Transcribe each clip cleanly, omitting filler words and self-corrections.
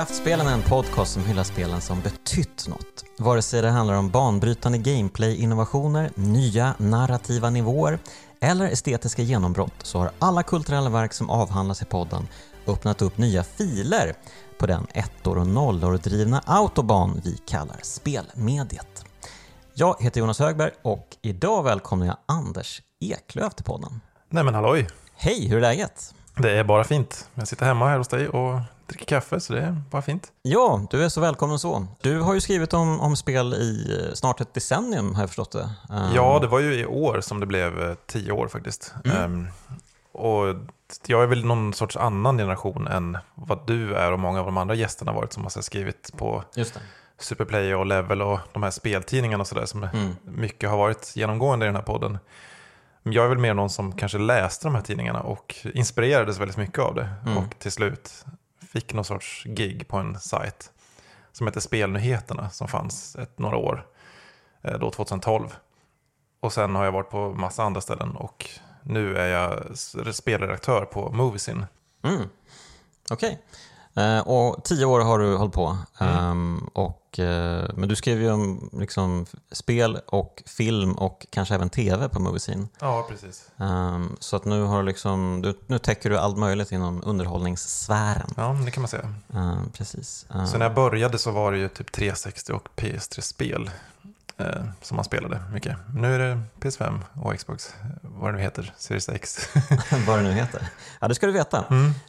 Kraftspelen är en podcast som hyllar spelen som betytt något. Vare sig det handlar om banbrytande gameplay-innovationer, nya narrativa nivåer eller estetiska genombrott, så har alla kulturella verk som avhandlas i podden öppnat upp nya filer på den ettor och nollor drivna autobahn vi kallar spelmediet. Jag heter Jonas Högberg och idag välkomnar jag Anders Eklöf till podden. Nej men halloj. Hej, hur är läget? Det är bara fint. Jag sitter hemma här hos dig och dricker kaffe, så det är bara fint. Ja, du är så välkommen så. Du har ju skrivit om spel i snart ett decennium, har jag förstått det. Ja, det var ju i år som det blev 10 år faktiskt. Och jag är väl någon sorts annan generation än vad du är och många av de andra gästerna har varit som har skrivit på Superplay och Level och de här speltidningarna och sådär som mycket har varit genomgående i den här podden. Jag är väl mer någon som kanske läste de här tidningarna och inspirerades väldigt mycket av det. Och till slut fick någon sorts gig på en sajt som heter Spelnyheterna som fanns några år, då 2012. Och sen har jag varit på massa andra ställen och nu är jag spelredaktör på Moviesin. Okej. Och 10 år har du hållit på. Men du skrev ju om liksom spel och film och kanske även tv på Moviesin. Ja, precis. Så att nu har liksom, nu täcker du allt möjligt inom underhållningssfären. Ja, det kan man säga. Precis. Så när jag började så var det ju typ 360 och PS3-spel som man spelade mycket. Nu är det PS5 och Xbox, vad det nu heter, Series X. Vad det nu heter. Ja, det ska du veta.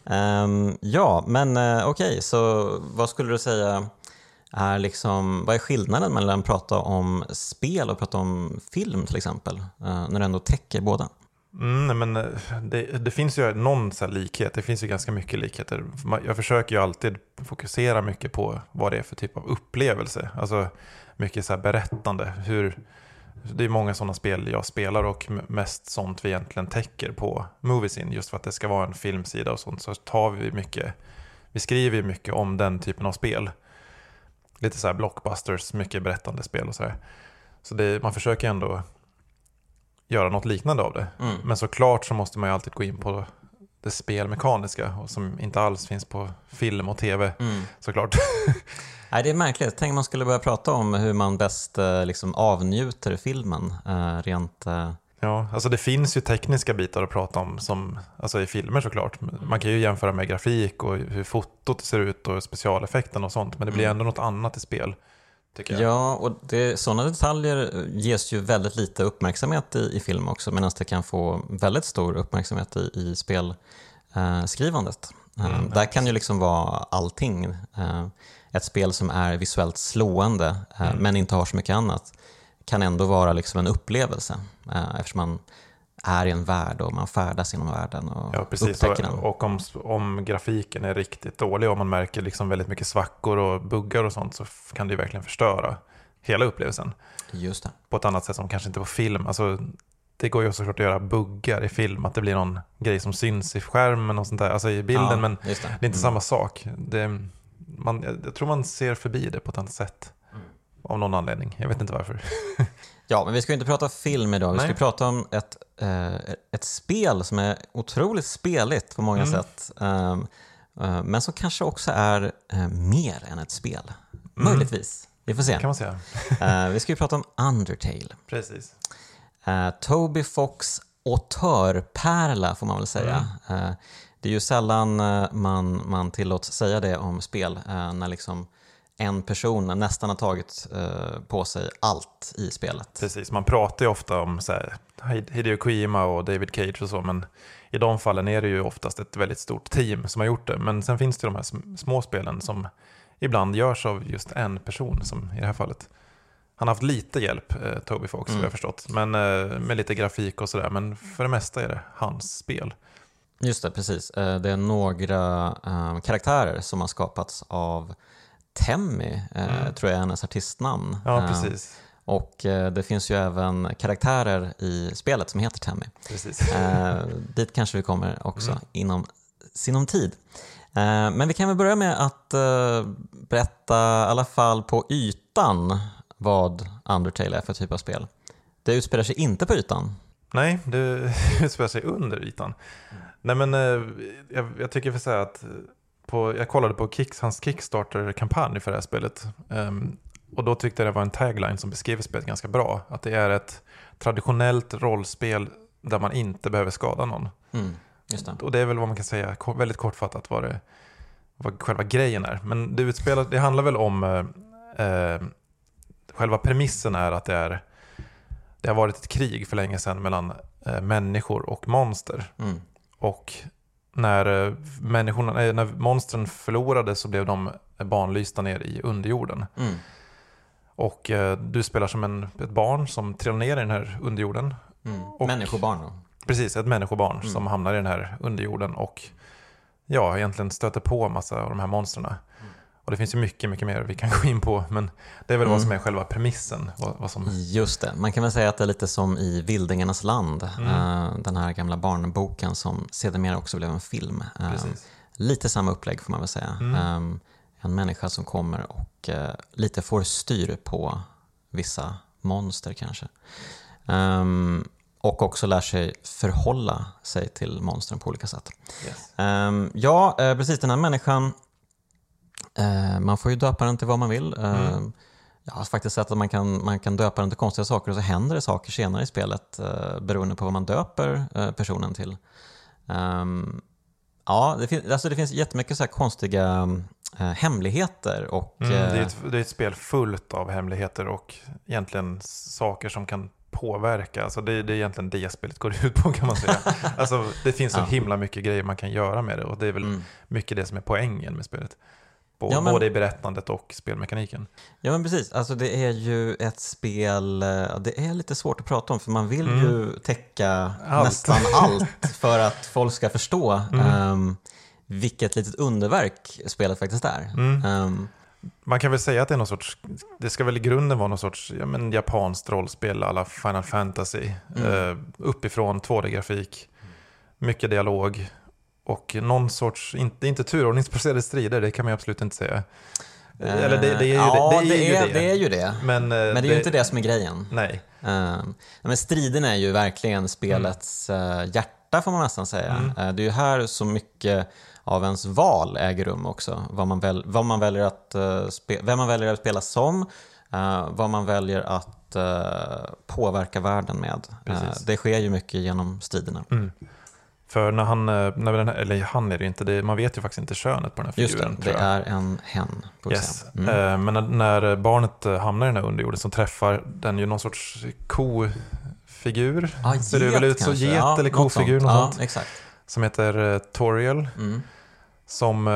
Ja, men okej, så vad skulle du säga är liksom, vad är skillnaden mellan att prata om spel och prata om film till exempel, när du ändå täcker båda? Men det finns ju någon så här likhet. Det finns ju ganska mycket likheter. Jag försöker ju alltid fokusera mycket på vad det är för typ av upplevelse. Alltså mycket så här berättande. Det är många sådana spel jag spelar och mest sånt vi egentligen täcker på Moviesin. Just för att det ska vara en filmsida och sånt, så tar vi skriver mycket om den typen av spel. Lite så här blockbusters, mycket berättande spel och sådär. Så man försöker ändå göra något liknande av det. Men såklart så måste man ju alltid gå in på det spelmekaniska och som inte alls finns på film och tv, såklart. Nej, det är märkligt. Tänk om man skulle börja prata om hur man bäst liksom avnjuter filmen rent... Ja, alltså det finns ju tekniska bitar att prata om som, alltså i filmer såklart. Man kan ju jämföra med grafik och hur fotot ser ut och specialeffekten och sånt, men det blir ändå något annat i spel. Ja, och sådana detaljer ges ju väldigt lite uppmärksamhet i film också, medan det kan få väldigt stor uppmärksamhet i spelskrivandet. Där kan ju liksom vara allting. Ett spel som är visuellt slående men inte har så mycket annat kan ändå vara liksom en upplevelse, eftersom man är i en värld och man färdas inom världen och upptäcker den. Och om grafiken är riktigt dålig och man märker liksom väldigt mycket svackor och buggar och sånt, så kan det ju verkligen förstöra hela upplevelsen. Just det. På ett annat sätt som kanske inte på film. Alltså, det går ju också såklart att göra buggar i film, att det blir någon grej som syns i skärmen och sånt där, alltså i bilden, men det är inte samma sak. Jag tror man ser förbi det på ett annat sätt. Av någon anledning. Jag vet inte varför. Ja, men vi ska inte prata film idag. Vi ska prata om ett spel som är otroligt speligt på många sätt. Men som kanske också är mer än ett spel. Möjligtvis. Vi får se. Kan man säga. Vi ska ju prata om Undertale. Precis. Toby Fox autörpärla får man väl säga. Det är ju sällan man tillåts säga det om spel när liksom en person nästan har tagit på sig allt i spelet. Precis, man pratar ju ofta om så här, Hideo Kojima och David Cage och så, men i de fallen är det ju oftast ett väldigt stort team som har gjort det. Men sen finns det de här små spelen som ibland görs av just en person, som i det här fallet. Han har haft lite hjälp, Toby Fox, har jag förstått, men med lite grafik och sådär. Men för det mesta är det hans spel. Just det, precis. Det är några karaktärer som har skapats av Temmy, tror jag är hennes artistnamn. Ja, precis. Och det finns ju även karaktärer i spelet som heter Temmy. Precis. Dit kanske vi kommer också inom sinom tid. Men vi kan väl börja med att berätta i alla fall på ytan vad Undertale är för typ av spel. Det utspelar sig inte på ytan. Nej, det utspelar sig under ytan. Nej, men jag tycker för att säga att jag kollade på hans Kickstarter-kampanj för det här spelet. Och då tyckte jag det var en tagline som beskriver spelet ganska bra. Att det är ett traditionellt rollspel där man inte behöver skada någon. Just det. Och det är väl vad man kan säga väldigt kortfattat vad själva grejen är. Men det handlar väl om själva premissen är att det har varit ett krig för länge sedan mellan människor och monster. Och när monstren förlorade så blev de banlysta ner i underjorden. Och du spelar som ett barn som trillar ner i den här underjorden. Och, människobarn då? Precis, ett människobarn som hamnar i den här underjorden och egentligen stöter på en massa av de här monstren. Och det finns ju mycket, mycket mer vi kan gå in på, men det är väl vad som är själva premissen. Vad som... Just det, man kan väl säga att det är lite som i Vildingarnas land, den här gamla barnboken som sedermera också blev en film. Lite samma upplägg får man väl säga. En människa som kommer och lite får styr på vissa monster kanske. Och också lär sig förhålla sig till monstren på olika sätt. Precis, den här människan, man får ju döpa den till vad man vill. Jag har faktiskt sett att man kan döpa den till konstiga saker och så händer det saker senare i spelet beroende på vad man döper personen till. Det finns jättemycket så här konstiga hemligheter. Och, det är ett spel fullt av hemligheter och egentligen saker som kan påverka. Alltså det är egentligen det spelet går ut på, kan man säga. Alltså det finns så himla mycket grejer man kan göra med det och det är väl mycket det som är poängen med spelet. Både i berättandet och spelmekaniken. Ja, men precis. Alltså det är ju ett spel, det är lite svårt att prata om för man vill ju täcka nästan allt för att folk ska förstå vilket litet underverk spelet faktiskt är. Man kan väl säga att det är någon sorts, det ska väl i grunden vara någon sorts japanskt rollspel alla Final Fantasy. Uppifrån 2D-grafik, mycket dialog. Och någon sorts, inte turordningsbaserade strider, det kan man absolut inte säga. Eller det är ju det. Men det är ju inte det som är grejen. Nej. Men striden är ju verkligen spelets hjärta får man nästan säga. Det är ju här så mycket av ens val äger rum också. Vem man väljer att spela som, vad man väljer att påverka världen med. Det sker ju mycket genom striderna. För när han är det inte, man vet ju faktiskt inte könet på den här figuren. Just det är en hen. Men när barnet hamnar i den här underjorden så träffar den ju någon sorts kofigur. Ser det väl ut så, get eller kofigur något sånt. Exakt. Som heter Toriel. Som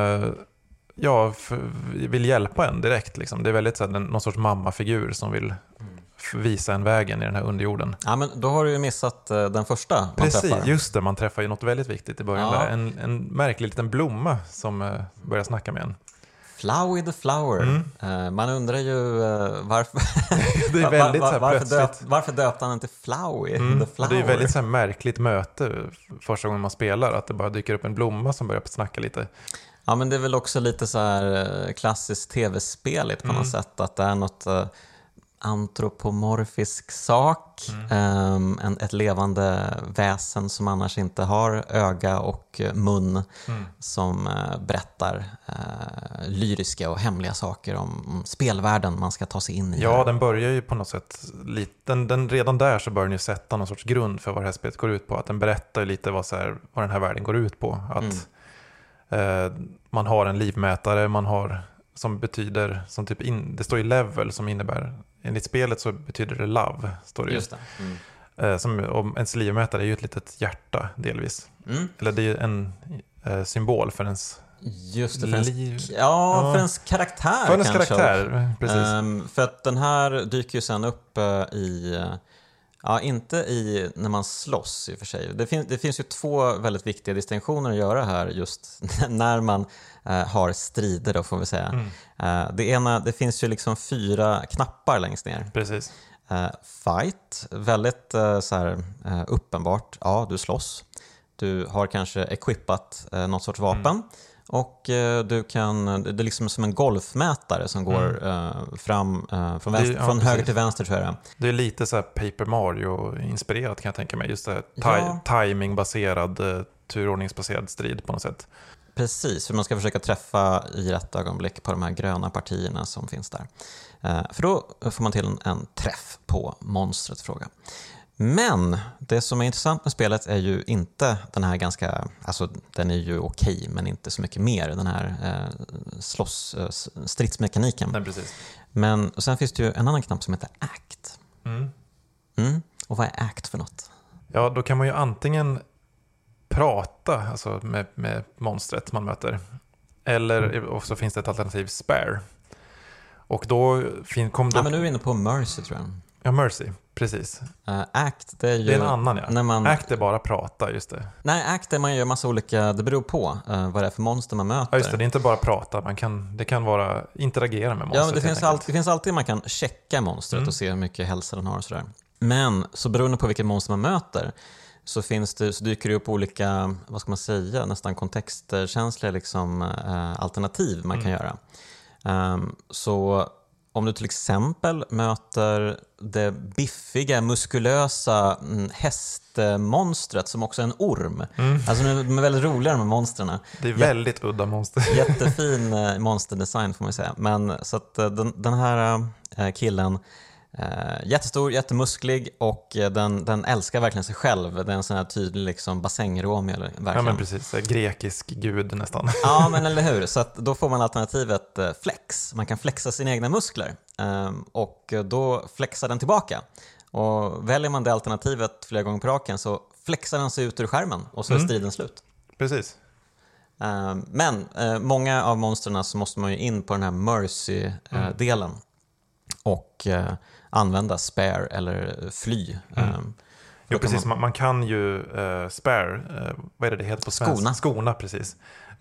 vill hjälpa en direkt liksom. Det är väldigt så här, någon sorts mammafigur som vill visa en vägen i den här underjorden. Ja, men då har du ju missat den första man Precis, träffar. Just det. Man träffar ju något väldigt viktigt i början. Där. En märklig liten blomma som börjar snacka med en. Flowey the flower. Man undrar ju varför det är väldigt varför döpte han inte Flowey the flower? Det är väldigt så här märkligt möte första gången man spelar. Att det bara dyker upp en blomma som börjar snacka lite. Ja, men det är väl också lite så här klassiskt tv-speligt på något sätt. Att det är något antropomorfisk sak. Ett levande väsen som annars inte har öga och mun som berättar lyriska och hemliga saker om spelvärlden man ska ta sig in i. Ja, den börjar ju på något sätt redan där så börjar den ju sätta någon sorts grund för vad det här spelet går ut på. Att den berättar lite vad den här världen går ut på. Att man har en livmätare, man har som betyder som typ det står i level som innebär enligt spelet så betyder det love, står det. Just det. Som ens livmätare är ju ett litet hjärta delvis. Eller det är en symbol för ens just det, för ens karaktär. För ens karaktär, precis. För att den här dyker ju sen upp inte när man slåss i och för sig. Det finns ju två väldigt viktiga distinktioner att göra här just när man har strider då får vi säga. Det finns ju liksom 4 knappar längst ner. Precis. Fight, väldigt uppenbart. Ja, du slåss. Du har kanske equippat något sorts vapen. Och det är liksom som en golfmätare som går fram från höger till vänster tror jag. Det är lite så här Paper Mario-inspirerat kan jag tänka mig. Just det här timingbaserad, turordningsbaserad strid på något sätt. Precis, för man ska försöka träffa i rätt ögonblick på de här gröna partierna som finns där. För då får man till en träff på monstret fråga. Men det som är intressant med spelet är ju inte den här ganska, alltså den är ju okej, men inte så mycket mer, den här stridsmekaniken. Nej, precis. Men och sen finns det ju en annan knapp som heter Act. Och vad är Act för något? Ja, då kan man ju antingen prata alltså med monstret man möter. Eller också finns det ett alternativ spare. Och då kom det... Ja, men nu är vi inne på Mercy tror jag. Ja, Mercy, precis. Act, det är ju... Det är en annan, ja. När man... Act är bara prata, just det. Nej, Act är man gör massa olika... Det beror på vad det är för monster man möter. Ja, just det. Det är inte bara prata. Det kan vara interagera med monstret. Ja, men det finns alltid man kan checka monstret och se hur mycket hälsa den har och sådär. Men så beroende på vilket monster man möter så dyker det upp olika, vad ska man säga, nästan kontextkänsliga liksom, alternativ man kan göra. Så om du till exempel möter det biffiga, muskulösa hästmonstret som också är en orm. Alltså de är väldigt roliga de här monstren. Det är väldigt udda monster. Jättefin monsterdesign får man säga. Men så att den här killen jättestor, jättemusklig och den älskar verkligen sig själv. Det är en sån här tydlig liksom bassäng-Romeo verkligen. Ja, men precis. Grekisk gud nästan. Ja, men eller hur. Så att då får man alternativet flex. Man kan flexa sina egna muskler och då flexar den tillbaka. Och väljer man det alternativet flera gånger på raken så flexar den sig ut ur skärmen och så är striden slut. Precis. Men många av monsterna så måste man ju in på den här Mercy-delen och använda spare eller fly. Jo, precis. Man kan ju spare, vad är det heter på svenska? Skona, precis.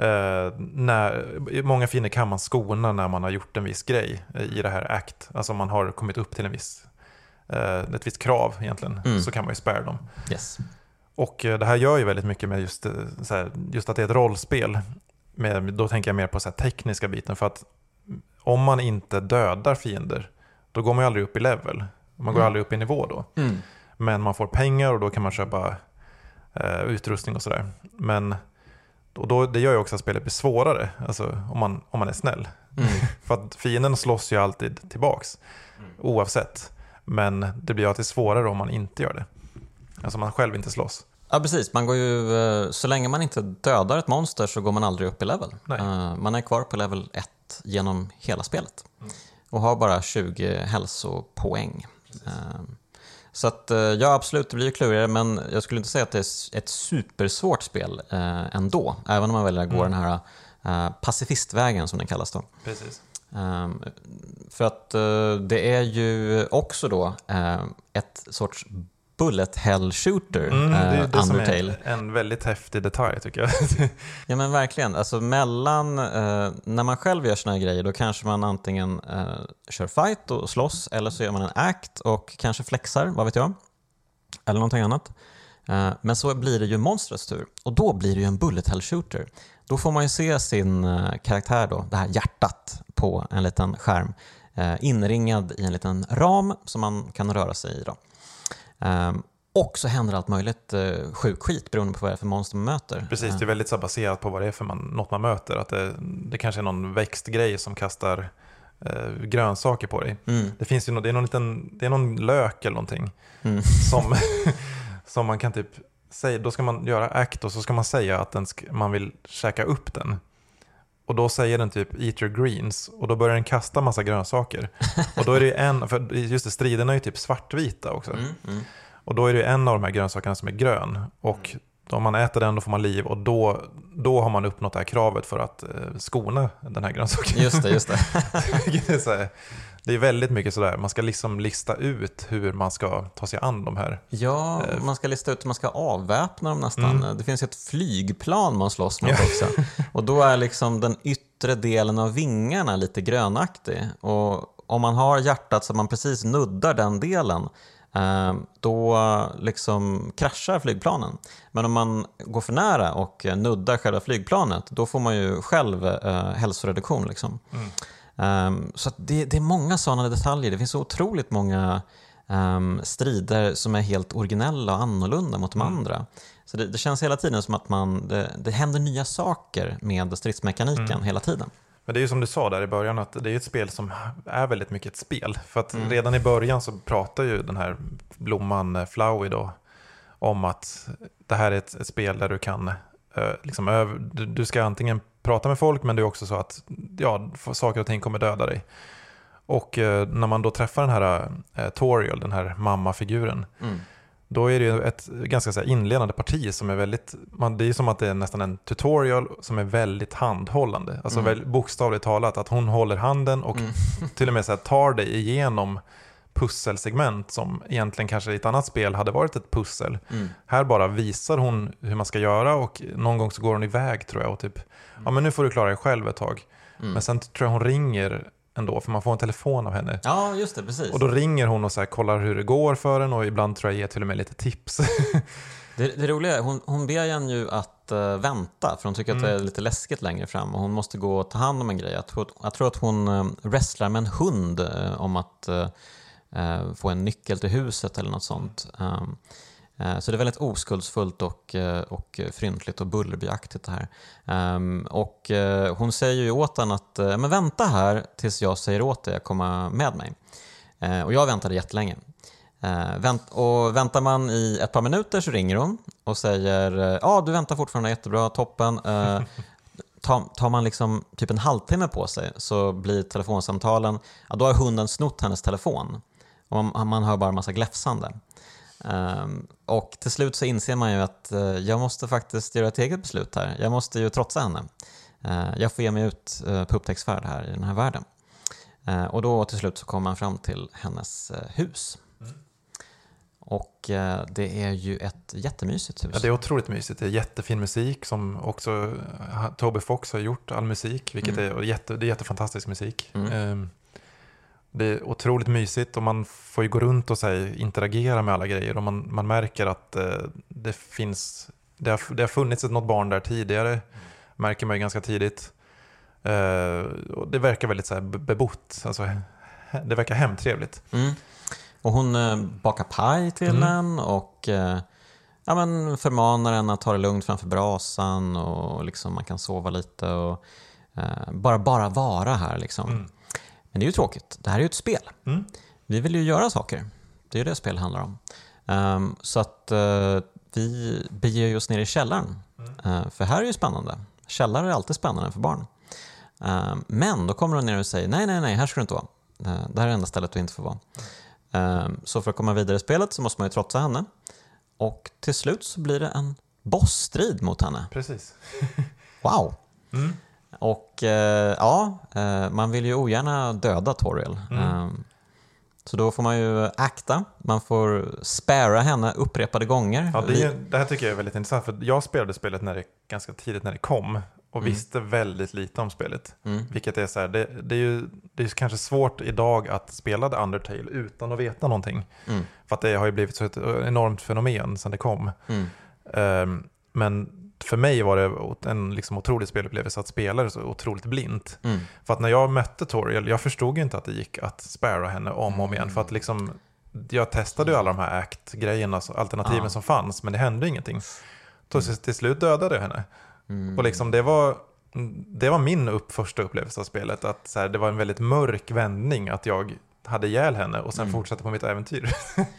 Många fiender kan man skona när man har gjort en viss grej i det här act. Alltså om man har kommit upp till ett visst krav egentligen, så kan man ju spare dem. Yes. Och det här gör ju väldigt mycket med just att det är ett rollspel. Då tänker jag mer på så här tekniska biten, för att om man inte dödar fiender, då går man ju aldrig upp i level. Man går aldrig upp i nivå då. Men man får pengar och då kan man köpa utrustning och sådär. Men det gör ju också att spelet blir svårare, alltså om man är snäll. För att fienden slåss ju alltid tillbaks, oavsett. Men det blir alltid svårare om man inte gör det. Alltså man själv inte slåss. Ja, precis. Man går ju, så länge man inte dödar ett monster så går man aldrig upp i level. Man är kvar på level 1 genom hela spelet. Och har bara 20 hälsopoäng. Så att, ja, absolut, det blir ju klurigare, men jag skulle inte säga att det är ett supersvårt spel ändå. Även om man väljer att gå den här pacifistvägen som den kallas då. Precis. För att det är ju också då ett sorts bullet hell shooter, det är det Undertale. Som är en väldigt häftig detalj tycker jag. Ja, men verkligen. Alltså när man själv gör såna här grejer, då kanske man antingen kör fight och slåss, eller så gör man en act och kanske flexar, vad vet jag. Eller någonting annat. Men så blir det ju monstrets tur. Och då blir det ju en bullet hell shooter. Då får man ju se sin karaktär då, det här hjärtat på en liten skärm. Inringad i en liten ram som man kan röra sig i då. Och så händer allt möjligt sjuk skit beroende på vad det är för monster man möter. Precis, det är väldigt så baserat på vad det är för något man möter. Att det kanske är någon växtgrej som kastar grönsaker på dig. Det finns ju det är någon lök eller någonting som man kan typ säga, då ska man göra act och så ska man säga att man vill käka upp den. Och då säger den typ eat your greens och då börjar den kasta massa grönsaker. Och då är det för just det, striderna är ju typ svartvita också. Och då är det en av de här grönsakerna som är grön. Och om man äter den då får man liv och då har man uppnått det här kravet för att skona den här grönsaken. Just det. Det är väldigt mycket sådär, man ska liksom lista ut hur man ska ta sig an de här. Ja, man ska lista ut hur man ska avväpna dem nästan. Det finns ett flygplan man slåss mot också. Och då är liksom den yttre delen av vingarna lite grönaktig. Och om man har hjärtat så man precis nuddar den delen, då liksom kraschar flygplanen. Men om man går för nära och nuddar själva flygplanet, då får man ju själv hälsoreduktion liksom. Så att det är många sådana detaljer. Det finns så otroligt många strider som är helt originella och annorlunda mot de andra. Så det känns hela tiden som att det händer nya saker med stridsmekaniken hela tiden. Men det är ju som du sa där i början, att det är ett spel som är väldigt mycket ett spel. För att redan i början så pratar ju den här blomman Flowey då om att det här är ett spel där du kan du ska antingen prata med folk, men det är också så att saker och ting kommer döda dig. Och när man då träffar den här Toriel, den här mammafiguren, då är det ju ett ganska så här inledande parti som är väldigt, det är som att det är nästan en tutorial som är väldigt handhållande. Alltså bokstavligt talat, att hon håller handen och till och med så här tar dig igenom pusselsegment som egentligen kanske i ett annat spel hade varit ett pussel. Här bara visar hon hur man ska göra, och någon gång så går hon iväg, tror jag, och typ, men nu får du klara dig själv ett tag. Men sen tror jag hon ringer ändå, för man får en telefon av henne. Ja, just det, precis. Och då ringer hon och så här kollar hur det går för en, och ibland tror jag ger till och med lite tips. Det roliga är, hon ber en ju att vänta, för hon tycker att det är lite läskigt längre fram, och hon måste gå och ta hand om en grej. Jag tror att hon wrestlar med en hund om att få en nyckel till huset eller något sånt. Så det är väldigt oskuldsfullt och fryntligt och Bullerbyaktigt det här. Och hon säger ju åt henne att men vänta här tills jag säger åt dig att komma med mig. Och jag väntade jättelänge. Och väntar man i ett par minuter så ringer hon och säger du väntar fortfarande jättebra, toppen. Tar man liksom typ en halvtimme på sig så blir telefonsamtalen, då har hunden snott hennes telefon. Och man hör bara en massa gläfsande. Och till slut så inser man ju att jag måste faktiskt göra ett eget beslut här. Jag måste ju trotsa henne. Jag får ge mig ut på upptäcktsfärd här i den här världen. Och då till slut så kommer man fram till hennes hus. Och det är ju ett jättemysigt hus. Ja, det är otroligt mysigt. Det är jättefin musik som också Toby Fox har gjort all musik, vilket det är jättefantastisk musik. Det är otroligt mysigt, och man får ju gå runt och interagera med alla grejer, och man märker att det har funnits något barn där tidigare, märker man ju ganska tidigt. Och det verkar väldigt så här bebott, alltså, det verkar hemtrevligt. Och hon bakar paj till en och förmanar en att ta det lugnt framför brasan, och liksom man kan sova lite och bara vara här liksom. Men det är ju tråkigt. Det här är ju ett spel. Vi vill ju göra saker. Det är ju det spel handlar om. Så att vi beger oss ner i källaren. För här är ju spännande. Källare är alltid spännande för barn. Men då kommer de ner och säger nej, här ska du inte vara. Det här är enda stället du inte får vara. Så för att komma vidare i spelet så måste man ju trotsa henne. Och till slut så blir det en bossstrid mot henne. Precis. Wow. Och man vill ju ogärna döda Toriel. Så då får man ju akta. Man får spara henne upprepade gånger. Ja, det här tycker jag är väldigt intressant. För jag spelade spelet ganska tidigt när det kom. Och visste väldigt lite om spelet. Vilket är så här, det är kanske svårt idag att spela The Undertale utan att veta någonting. För att det har ju blivit så ett enormt fenomen sedan det kom. Men för mig var det en liksom otrolig spelupplevelse att spela det så otroligt blint. För att när jag mötte Toriel, jag förstod ju inte att det gick att spara henne om och om igen. För att liksom, jag testade ju alla de här act-grejerna, alternativen som fanns, men det hände ingenting. Till slut dödade jag henne. Och liksom det var min första upplevelse av spelet, att så här, det var en väldigt mörk vändning att jag hade ihjäl henne och sen fortsatte på mitt äventyr.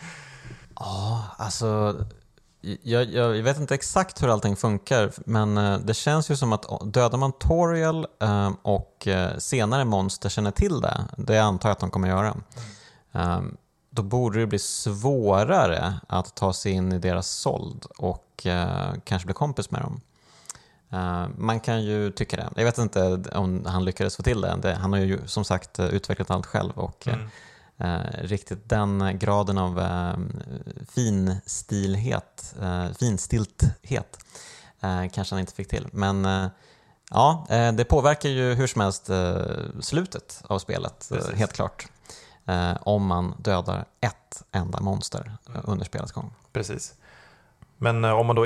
Ja, alltså jag vet inte exakt hur allting funkar, men det känns ju som att dödar man Toriel och senare monster känner till det antar jag att de kommer göra, då borde det bli svårare att ta sig in i deras sold och kanske bli kompis med dem. Man kan ju tycka det. Jag vet inte om han lyckades få till det. Han har ju som sagt utvecklat allt själv och riktigt den graden av finstilthet kanske han inte fick till. Men det påverkar ju hur som helst slutet av spelet. Helt klart. Om man dödar ett enda monster under spelets gång. Precis. Men om man då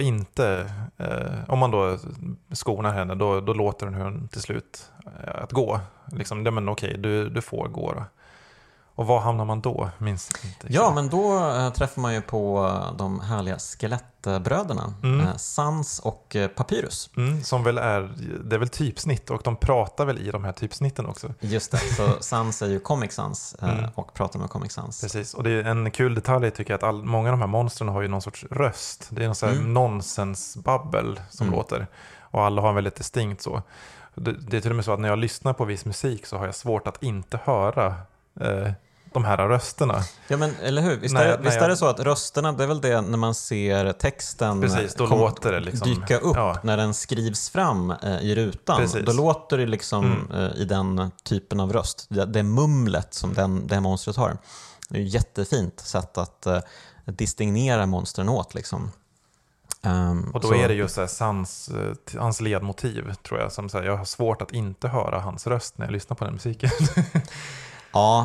skonar henne, då låter hon till slut att gå. Liksom, men okej, du får gå då. Och var hamnar man då? Minns inte. Ja, men då träffar man ju på de härliga skelettbröderna. Sans och Papyrus. Som väl det är väl typsnitt och de pratar väl i de här typsnitten också. Just det, så Sans är ju Comic Sans och pratar med Comic Sans. Precis, och det är en kul detalj tycker jag att många av de här monstren har ju någon sorts röst. Det är någon sån här nonsensbabbel som låter. Och alla har en väldigt distinkt så. Det är till och med så att när jag lyssnar på viss musik så har jag svårt att inte höra de här rösterna. Ja, men eller hur? Visst är det så att rösterna, det är väl det när man ser texten precis, då låter det liksom, dyka upp när den skrivs fram i rutan. Precis. Då låter det liksom i den typen av röst. Det mumlet som det monstret har. Det är ett jättefint sätt att distinguera monstren åt liksom. Och då är det just så här hans ledmotiv tror jag. Som så här, jag har svårt att inte höra hans röst när jag lyssnar på den musiken. Ja,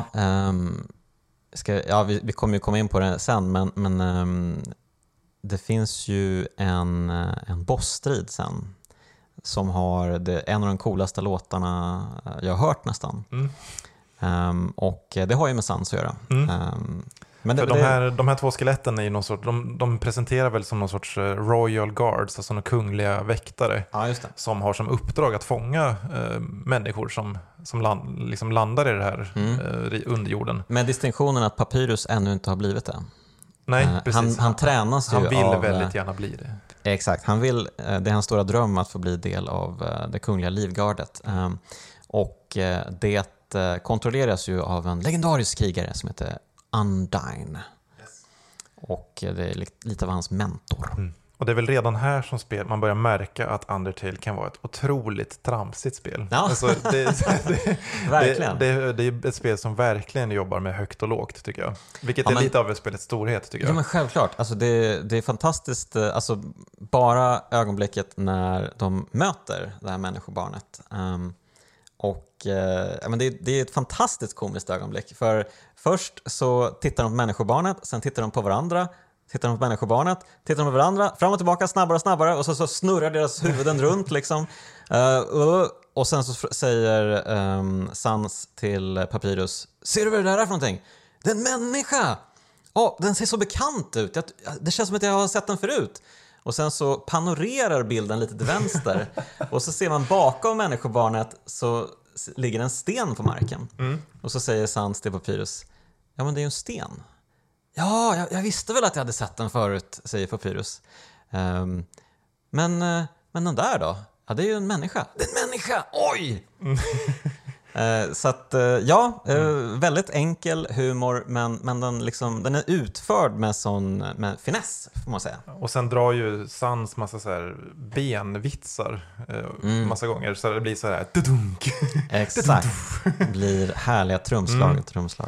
vi kommer ju komma in på det sen, men det finns ju en bossstrid sen som har en av de coolaste låtarna jag har hört nästan. Och det har ju med Sans att göra. Men de här två skeletten är ju någon sorts, de presenterar väl som någon sorts Royal Guards, alltså några kungliga väktare som har som uppdrag att fånga människor som liksom landar i det här underjorden. Med distinktionen att Papyrus ännu inte har blivit det. Nej, precis. Han tränas ju Han vill väldigt gärna bli det. Exakt, det är hans stora dröm att få bli del av det kungliga livgardet. Och det kontrolleras ju av en legendarisk krigare som heter Undyne. Och det är lite av hans mentor. Och det är väl redan här som man börjar märka att Undertale kan vara ett otroligt tramsigt spel. Ja. Alltså, verkligen. Det är ett spel som verkligen jobbar med högt och lågt tycker jag. Vilket är lite av ett spelets storhet tycker jag. Ja, men självklart. Alltså, det är fantastiskt. Alltså, bara ögonblicket när de möter det här människobarnet. Men det är ett fantastiskt komiskt ögonblick. För först så tittar de på människobarnet, sen tittar de på varandra, tittar de på människobarnet, tittar de på varandra, fram och tillbaka, snabbare och snabbare, och så snurrar deras huvuden runt liksom. Och sen så säger Sans till Papyrus: ser du vad det där är för någonting? Det är en människa! Den ser så bekant ut. Det känns som att jag har sett den förut. Och sen så panorerar bilden lite till vänster. Och så ser man bakom människobarnet så ligger en sten på marken. Och så säger Sans till Papyrus: ja, men det är ju en sten. Ja, jag visste väl att jag hade sett den förut, säger Papyrus. Men den där då? Ja, det är ju en människa. Det är en människa! Oj! Så att väldigt enkel humor, men den är utförd med finess, får man säga. Och sen drar ju Sans massa så här benvitsar massa gånger, så det blir så här dudunk. Exakt. Blir härliga trumslag.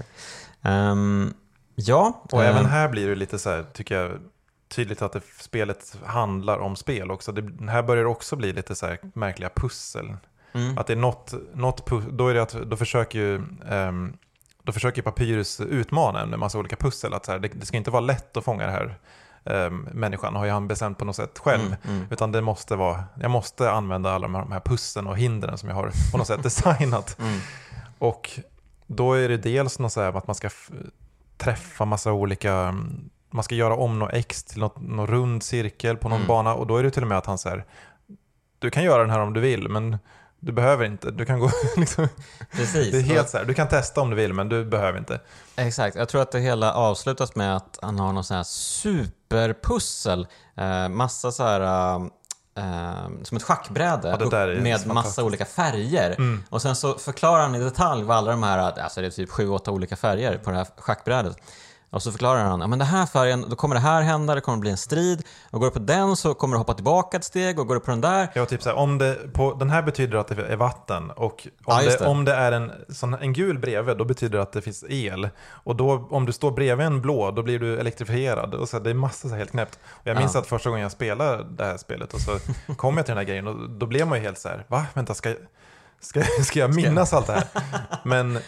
Och även här blir det lite så här, tycker jag, tydligt att spelet handlar om spel också. Här börjar det också bli lite så här märkliga pussel. Att det är då försöker Papyrus utmana en massa olika pussel. Att så här, det ska inte vara lätt att fånga det här människan, har ju han bestämt på något sätt själv. Utan det måste vara, jag måste använda alla de här pussen och hindren som jag har på något sätt designat. Och då är det dels något så här att man ska träffa massa olika, man ska göra om något X till någon rund cirkel på någon bana, och då är det till och med att han säger: du kan göra den här om du vill, men du behöver inte. Du kan gå liksom. Precis. Det är helt så här, du kan testa om du vill, men du behöver inte. Exakt. Jag tror att det hela avslutas med att han har någon sån här superpussel, massa så här som ett schackbräde med massa olika färger. Och sen så förklarar han i detalj vad alla de här, alltså det är typ 7-8 olika färger på det här schackbrädet. Och så förklarar han: ja, men den här färgen, då kommer det här hända, det kommer bli en strid. Och går du på den så kommer du hoppa tillbaka ett steg, och går du på den där. Ja, typ så här, den här betyder att det är vatten, och om det är en gul bredvid, då betyder det att det finns el. Och då, om du står bredvid en blå, då blir du elektrifierad. Och så här, det är massa så här helt knäppt. Och jag minns att första gången jag spelade det här spelet, och så kom jag till den här grejen, och då blev man ju helt så här: va? Vänta, ska jag minnas allt det här? Men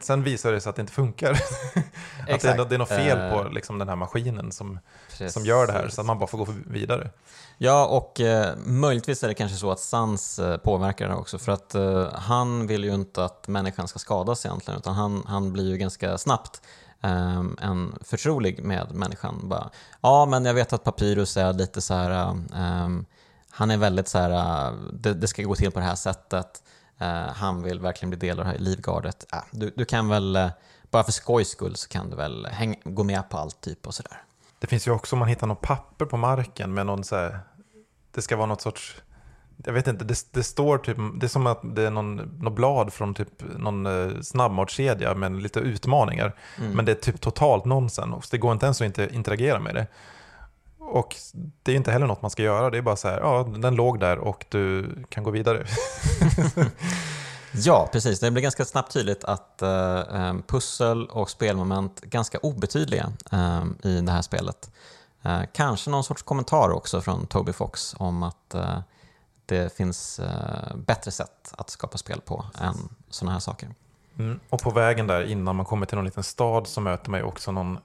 sen visar det sig att det inte funkar. Att det är något fel på liksom, den här maskinen som gör det här, så att man bara får gå vidare. Ja, och möjligtvis är det kanske så att Sans påverkar det också, för att han vill ju inte att människan ska skadas egentligen, utan han blir ju ganska snabbt en förtrolig med människan. Bara, ja, men jag vet att Papyrus är lite så här, han är väldigt så här, det ska gå till på det här sättet. Han vill verkligen bli del av det här livgardet. Du kan väl, bara för skojs skull så kan du väl gå med på allt typ och sådär. Det finns ju också, om man hittar något papper på marken med någon så här, det ska vara något sorts, jag vet inte, det står typ, det är som att det är någon blad från typ någon snabbmatskedja med lite utmaningar. Men det är typ totalt nonsens. Det går inte ens att interagera med det. Och det är inte heller något man ska göra. Det är bara så här, ja, den låg där och du kan gå vidare. Ja, precis. Det blir ganska snabbt tydligt att pussel och spelmoment är ganska obetydliga i det här spelet. Kanske någon sorts kommentar också från Toby Fox om att det finns bättre sätt att skapa spel på än såna här saker. Och på vägen där, innan man kommer till någon liten stad, så möter man ju också någon...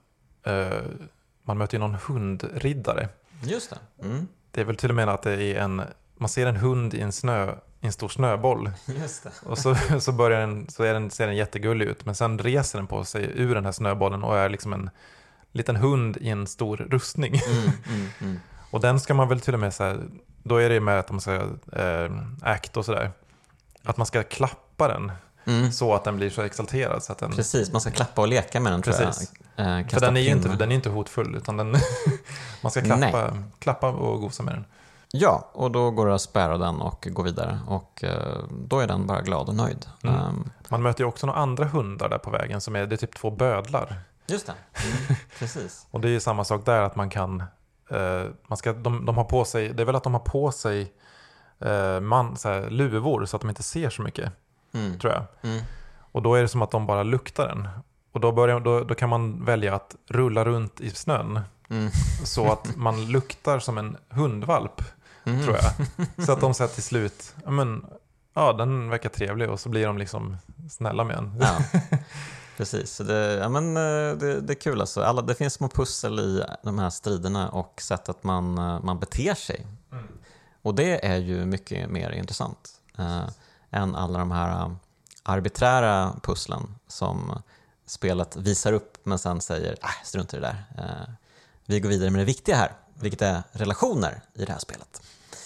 man möter ju någon hundriddare. Just det. Det är väl till och med att det är man ser en hund i en stor snöboll. Just det. Och så ser den jättegullig ut. Men sen reser den på sig ur den här snöbollen och är liksom en liten hund i en stor rustning. Och den ska man väl till och med så här, då är det med att man ska act och sådär. Att man ska klappa den. Så att den blir så exalterad så att den... Precis, man ska klappa och leka med den. Precis. Tror jag. För den är inte hotfull, utan man ska klappa och gosa med den. Ja, och då går det att spärra den och gå vidare. Och då är den bara glad och nöjd. Man möter ju också några andra hundar där på vägen som är typ 2 bödlar. Just det, precis. Och det är ju samma sak där, att man kan... de har på sig... Det är väl att de har på sig så här, luvor så att de inte ser så mycket. Tror jag. Och då är det som att de bara luktar den. Och då kan man välja att rulla runt i snön. Så att man luktar som en hundvalp, tror jag. Så att de säger till slut, den verkar trevlig, och så blir de liksom snälla med en. Ja, precis. Så det är kul alltså. Det finns små pussel i de här striderna och sättet man beter sig. Och det är ju mycket mer intressant än alla de här arbiträra pusslen som spelet visar upp men sen säger strunt i det där. Vi går vidare med det viktiga här, vilket är relationer i det här spelet.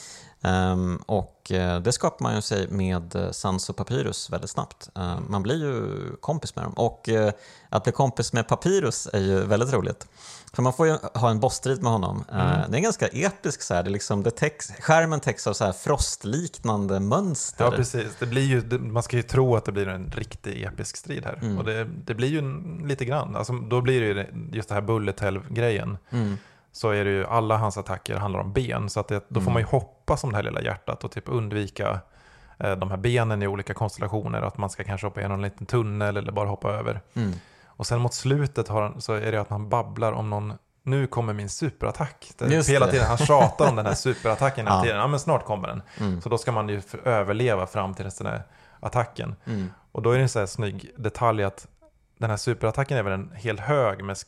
Och det skapar man ju sig med Sans och Papyrus väldigt snabbt. Man blir ju kompis med dem. Och att bli kompis med Papyrus är ju väldigt roligt. För man får ju ha en bossstrid med honom. Det är ganska episk så här. Det är liksom, skärmen täcks av så här frostliknande mönster. Ja, precis. Det blir ju, man ska ju tro att det blir en riktig episk strid här. Och det blir ju lite grann. Alltså, då blir det ju just det här bullet hell-grejen. Så är det ju, alla hans attacker handlar om ben. Så att då får man ju hoppa som det här lilla hjärtat och typ undvika de här benen i olika konstellationer. Att man ska kanske hoppa igenom en liten tunnel eller bara hoppa över. Och sen mot slutet så är det att man babblar om någon, nu kommer min superattack. Hela tiden, han tjatar om den här superattacken hela tiden. Ja, men snart kommer den. Så då ska man ju överleva fram till den här attacken. Och då är det en så här snygg detalj att den här superattacken är väl en hel hög med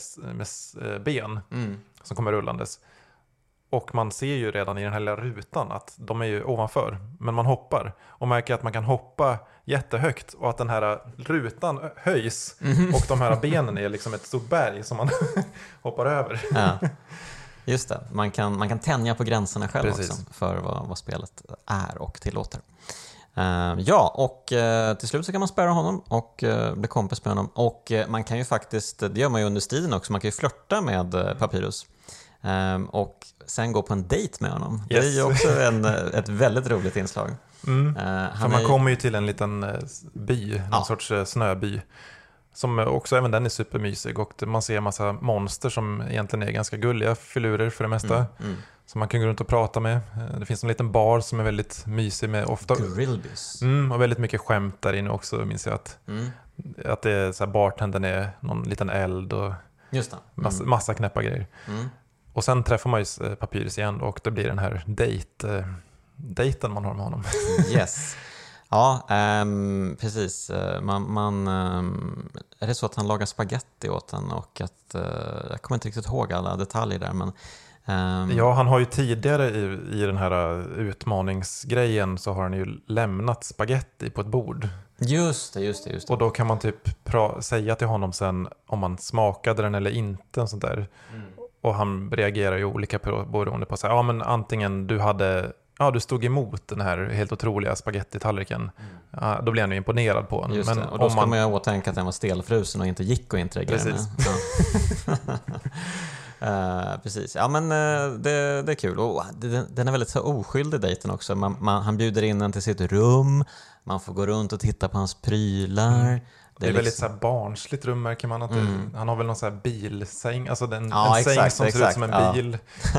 ben som kommer rullandes. Och man ser ju redan i den här lilla rutan att de är ju ovanför. Men man hoppar och märker att man kan hoppa jättehögt och att den här rutan höjs och de här benen är liksom ett stort berg som man hoppar över. Ja. Just det, man kan tänja på gränserna själv. Precis. Också för vad spelet är och tillåter. Ja, och till slut så kan man spärra honom och bli kompis med honom. Och man kan ju faktiskt, det gör man ju under striden också, man kan ju flirta med Papyrus. Och sen gå på en dejt med honom. Yes. Det är ju också ett väldigt roligt inslag. För man kommer ju till en liten by, någon sorts snöby. Som också, även den är supermysig. Och man ser en massa monster som egentligen är ganska gulliga filurer för det mesta. Som man kan gå runt och prata med. Det finns en liten bar som är väldigt mysig med ofta... Grillbus. Och väldigt mycket skämt där inne också, minns jag att det är så här, bartendern är någon liten eld och just det. Massa knäppa grejer. Och sen träffar man ju Papyrus igen och det blir den här dejten man har med honom. Yes. Ja, precis. Är det så att han lagar spaghetti åt den och att jag kommer inte riktigt ihåg alla detaljer där, men ja, han har ju tidigare i den här utmaningsgrejen så har han ju lämnat spaghetti på ett bord. Just det. Och då kan man typ säga till honom sen om man smakade den eller inte och sånt där. Och han reagerar ju olika beroende på sig. Ja, men antingen du stod emot den här helt otroliga spagettitallriken. Ja, då blir han ju imponerad på den. Just men det. Och då ska man ju åtänka att den var stelfrusen och inte gick att interagera med. Ja. Precis. Ja, men det är kul. Och den är väldigt så oskyldig, dejten också. Han bjuder in en till sitt rum. Man får gå runt och titta på hans prylar. Det är väldigt så här barnsligt rum, märker man. Att han har väl någon så här bilsäng. Alltså en säng som ser ut som en bil.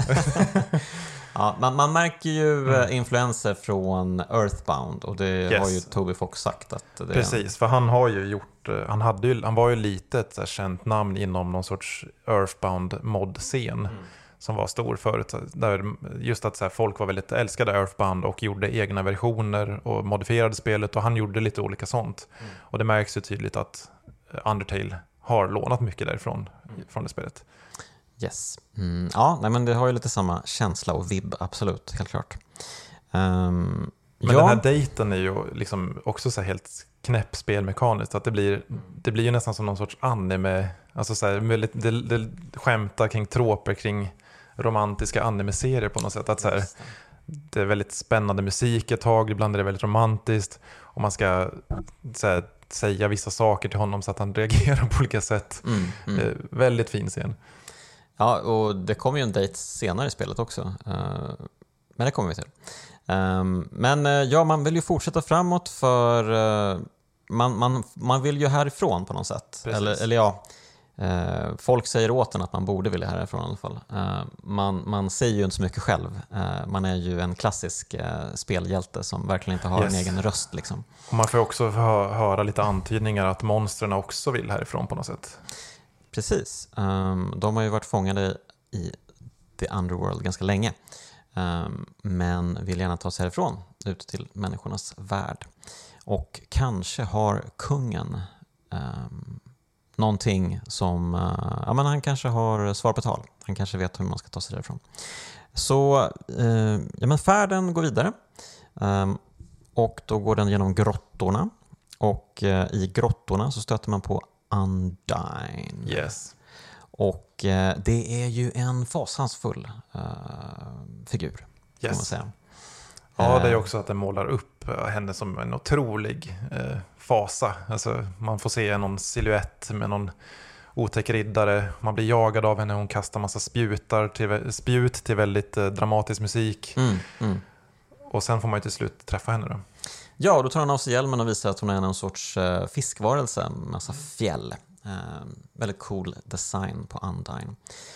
Ja, man märker ju influenser från Earthbound, och det har ju Toby Fox sagt att det precis, för han har ju gjort han var ju lite ett så här känt namn inom någon sorts Earthbound mod-scen som var stor förut, där just att så här, folk var väldigt älskade Earthbound och gjorde egna versioner och modifierade spelet, och han gjorde lite olika sånt. Och det märks ju tydligt att Undertale har lånat mycket därifrån från det spelet. Yes. Ja, nej, men det har ju lite samma känsla och vibb, absolut, helt klart. Men den här dejten är ju liksom också så här helt knäpp spelmekaniskt, att det blir ju nästan som någon sorts anime, alltså så här, det skämtar kring troper kring romantiska anime-serier på något sätt, att så här, det är väldigt spännande musik ett tag, ibland är det väldigt romantiskt, och man ska så här, säga vissa saker till honom så att han reagerar på olika sätt. Väldigt fin scen. Ja, och det kommer ju en dejt senare i spelet också. Men det kommer vi till. Men ja, man vill ju fortsätta framåt, för man vill ju härifrån på något sätt. Eller ja, folk säger åt en att man borde vilja härifrån i alla fall. Man säger ju inte så mycket själv. Man är ju en klassisk spelhjälte som verkligen inte har en egen röst. Liksom. Och man får också höra lite antydningar att monstren också vill härifrån på något sätt. Precis. De har ju varit fångade i The Underworld ganska länge. Men vill gärna ta sig härifrån ut till människornas värld. Och kanske har kungen någonting som... ja, men han kanske har svar på tal. Han kanske vet hur man ska ta sig därifrån. Så ja, men färden går vidare. Och då går den genom grottorna. Och i grottorna så stöter man på Undyne. Yes. Och det är ju en fasansfull figur, kan man säga. Ja, det är också att den målar upp henne som en otrolig fasa. Alltså, man får se någon silhuett med någon otäck riddare. Man blir jagad av henne, hon kastar massa spjut till väldigt dramatisk musik. Och sen får man ju till slut träffa henne då. Ja, och då tar hon av sig hjälmen och visar att hon är en sorts fiskvarelse, massa fjäll. Väldigt cool design på Undyne.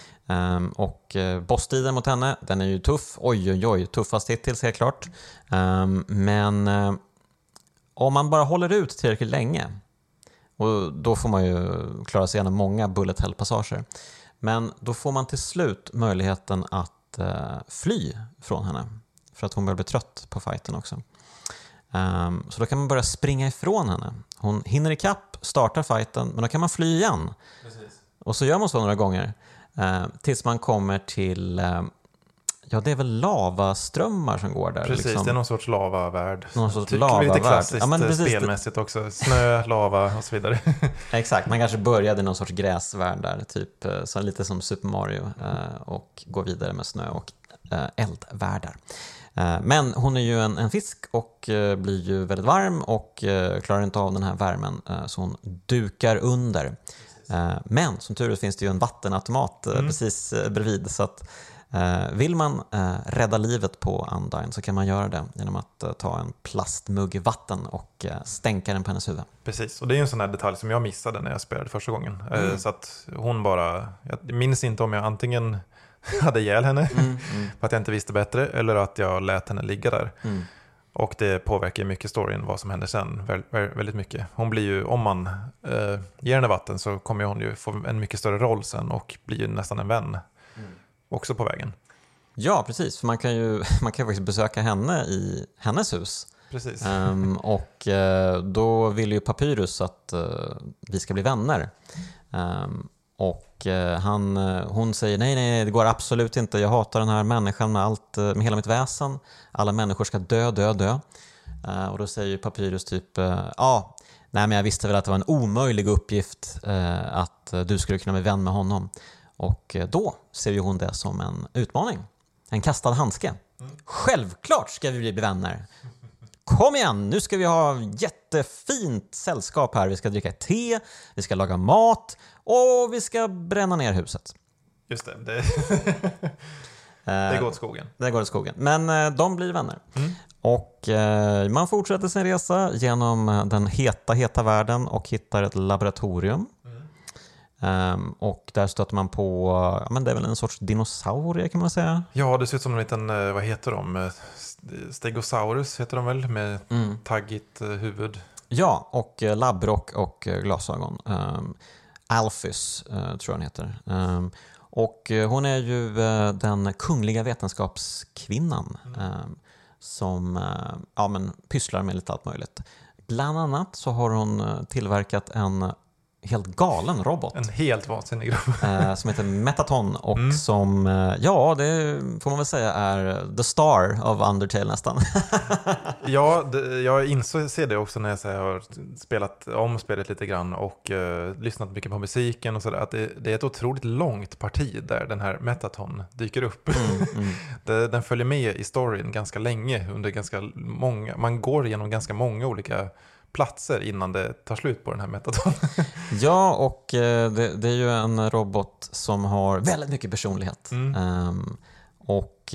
Och bosstiden mot henne, den är ju tuff. Oj, tuffast hittills helt klart. Men om man bara håller ut tillräckligt länge, och då får man ju klara sig igenom många bullet hell-passager. Men då får man till slut möjligheten att fly från henne, för att hon börjar bli trött på fighten också. Så då kan man börja springa ifrån henne. Hon hinner ikapp, startar fighten, men då kan man fly igen. Precis. Och så gör man så några gånger. Tills man kommer till... ja, det är väl lavaströmmar som går där. Precis, liksom. det är någon sorts lavavärld. Någon sorts lavavärld. Lite klassiskt ja, men spelmässigt också. Snö, lava och så vidare. Exakt, man kanske började i någon sorts gräsvärld där. Typ, så lite som Super Mario. Och går vidare med snö och eldvärldar. Men hon är ju en fisk och blir ju väldigt varm och klarar inte av den här värmen, så hon dukar under. Men som tur är finns det ju en vattenautomat precis bredvid, så att vill man rädda livet på Undyne så kan man göra det genom att ta en plastmugg vatten och stänka den på hennes huvud. Precis, och det är ju en sån här detalj som jag missade när jag spelade första gången. Så att hon bara, jag minns inte om jag antingen hade ihjäl henne för att jag inte visste bättre, eller att jag lät henne ligga där. Och det påverkar mycket storyn vad som händer sen väldigt mycket. Hon blir ju, om man ger henne vatten så kommer hon ju få en mycket större roll sen och blir ju nästan en vän också på vägen. Ja, precis, för man kan ju faktiskt besöka henne i hennes hus. precis. Och då vill ju Papyrus att vi ska bli vänner. Och hon säger nej, det går absolut inte. Jag hatar den här människan med hela mitt väsen. Alla människor ska dö. Och då säger ju Papyrus typ, nej men jag visste väl att det var en omöjlig uppgift att du skulle kunna bli vän med honom. Och då ser ju hon det som en utmaning. En kastad handske. Självklart ska vi bli vänner. Kom igen, nu ska vi ha jättefint sällskap här. Vi ska dricka te, vi ska laga mat och vi ska bränna ner huset. Just det. Det går åt skogen. Det går åt skogen. Men de blir vänner. Och man fortsätter sin resa genom den heta världen och hittar ett laboratorium. Och där stöter man på, men det är väl en sorts dinosaurie kan man säga. Ja, det ser ut som en liten, vad heter de? Stegosaurus heter de väl, med taggigt huvud. Ja, och labbrock och glasögon. Alphys tror jag han heter. Och hon är ju den kungliga vetenskapskvinnan som pysslar med lite allt möjligt. Bland annat så har hon tillverkat en helt galen robot. En helt vansinnig robot. Som heter Metaton och som, det får man väl säga är the star of Undertale nästan. Ja, jag inser det också när jag har spelat om spelet lite grann och lyssnat mycket på musiken och sådär, att det är ett otroligt långt parti där den här Metaton dyker upp. Den följer med i storyn ganska länge, under ganska många, man går igenom ganska många olika platser innan det tar slut på den här Metaton. Ja, och det är ju en robot som har väldigt mycket personlighet. Och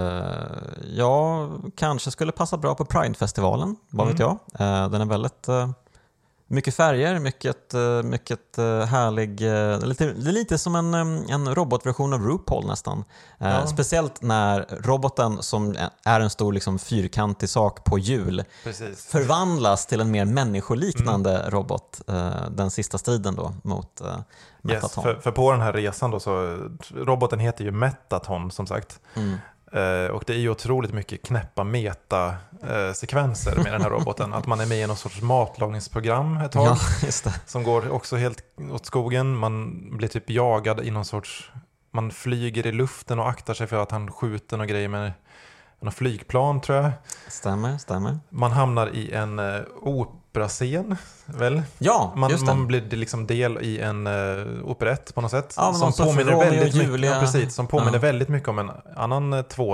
kanske skulle passa bra på Pride-festivalen, vad vet jag. Den är väldigt mycket färger, mycket härlig. Det är lite som en robotversion av RuPaul nästan. Speciellt när roboten, som är en stor liksom, fyrkantig sak på hjul, förvandlas till en mer människoliknande robot. Den sista striden då mot Metaton. Yes, för på den här resan då, så roboten heter ju Metaton som sagt. Och det är ju otroligt mycket knäppa meta-sekvenser med den här roboten. Att man är med i någon sorts matlagningsprogram ett tag. Ja, just det. Som går också helt åt skogen. Man blir typ jagad i någon sorts... Man flyger i luften och aktar sig för att han skjuter några grejer med någon flygplan, tror jag. Stämmer. Man hamnar i en operascen, väl? Ja, just det. Man blir liksom del i en operett på något sätt. Ja, som påminner väldigt mycket, precis, som påminner väldigt mycket om en annan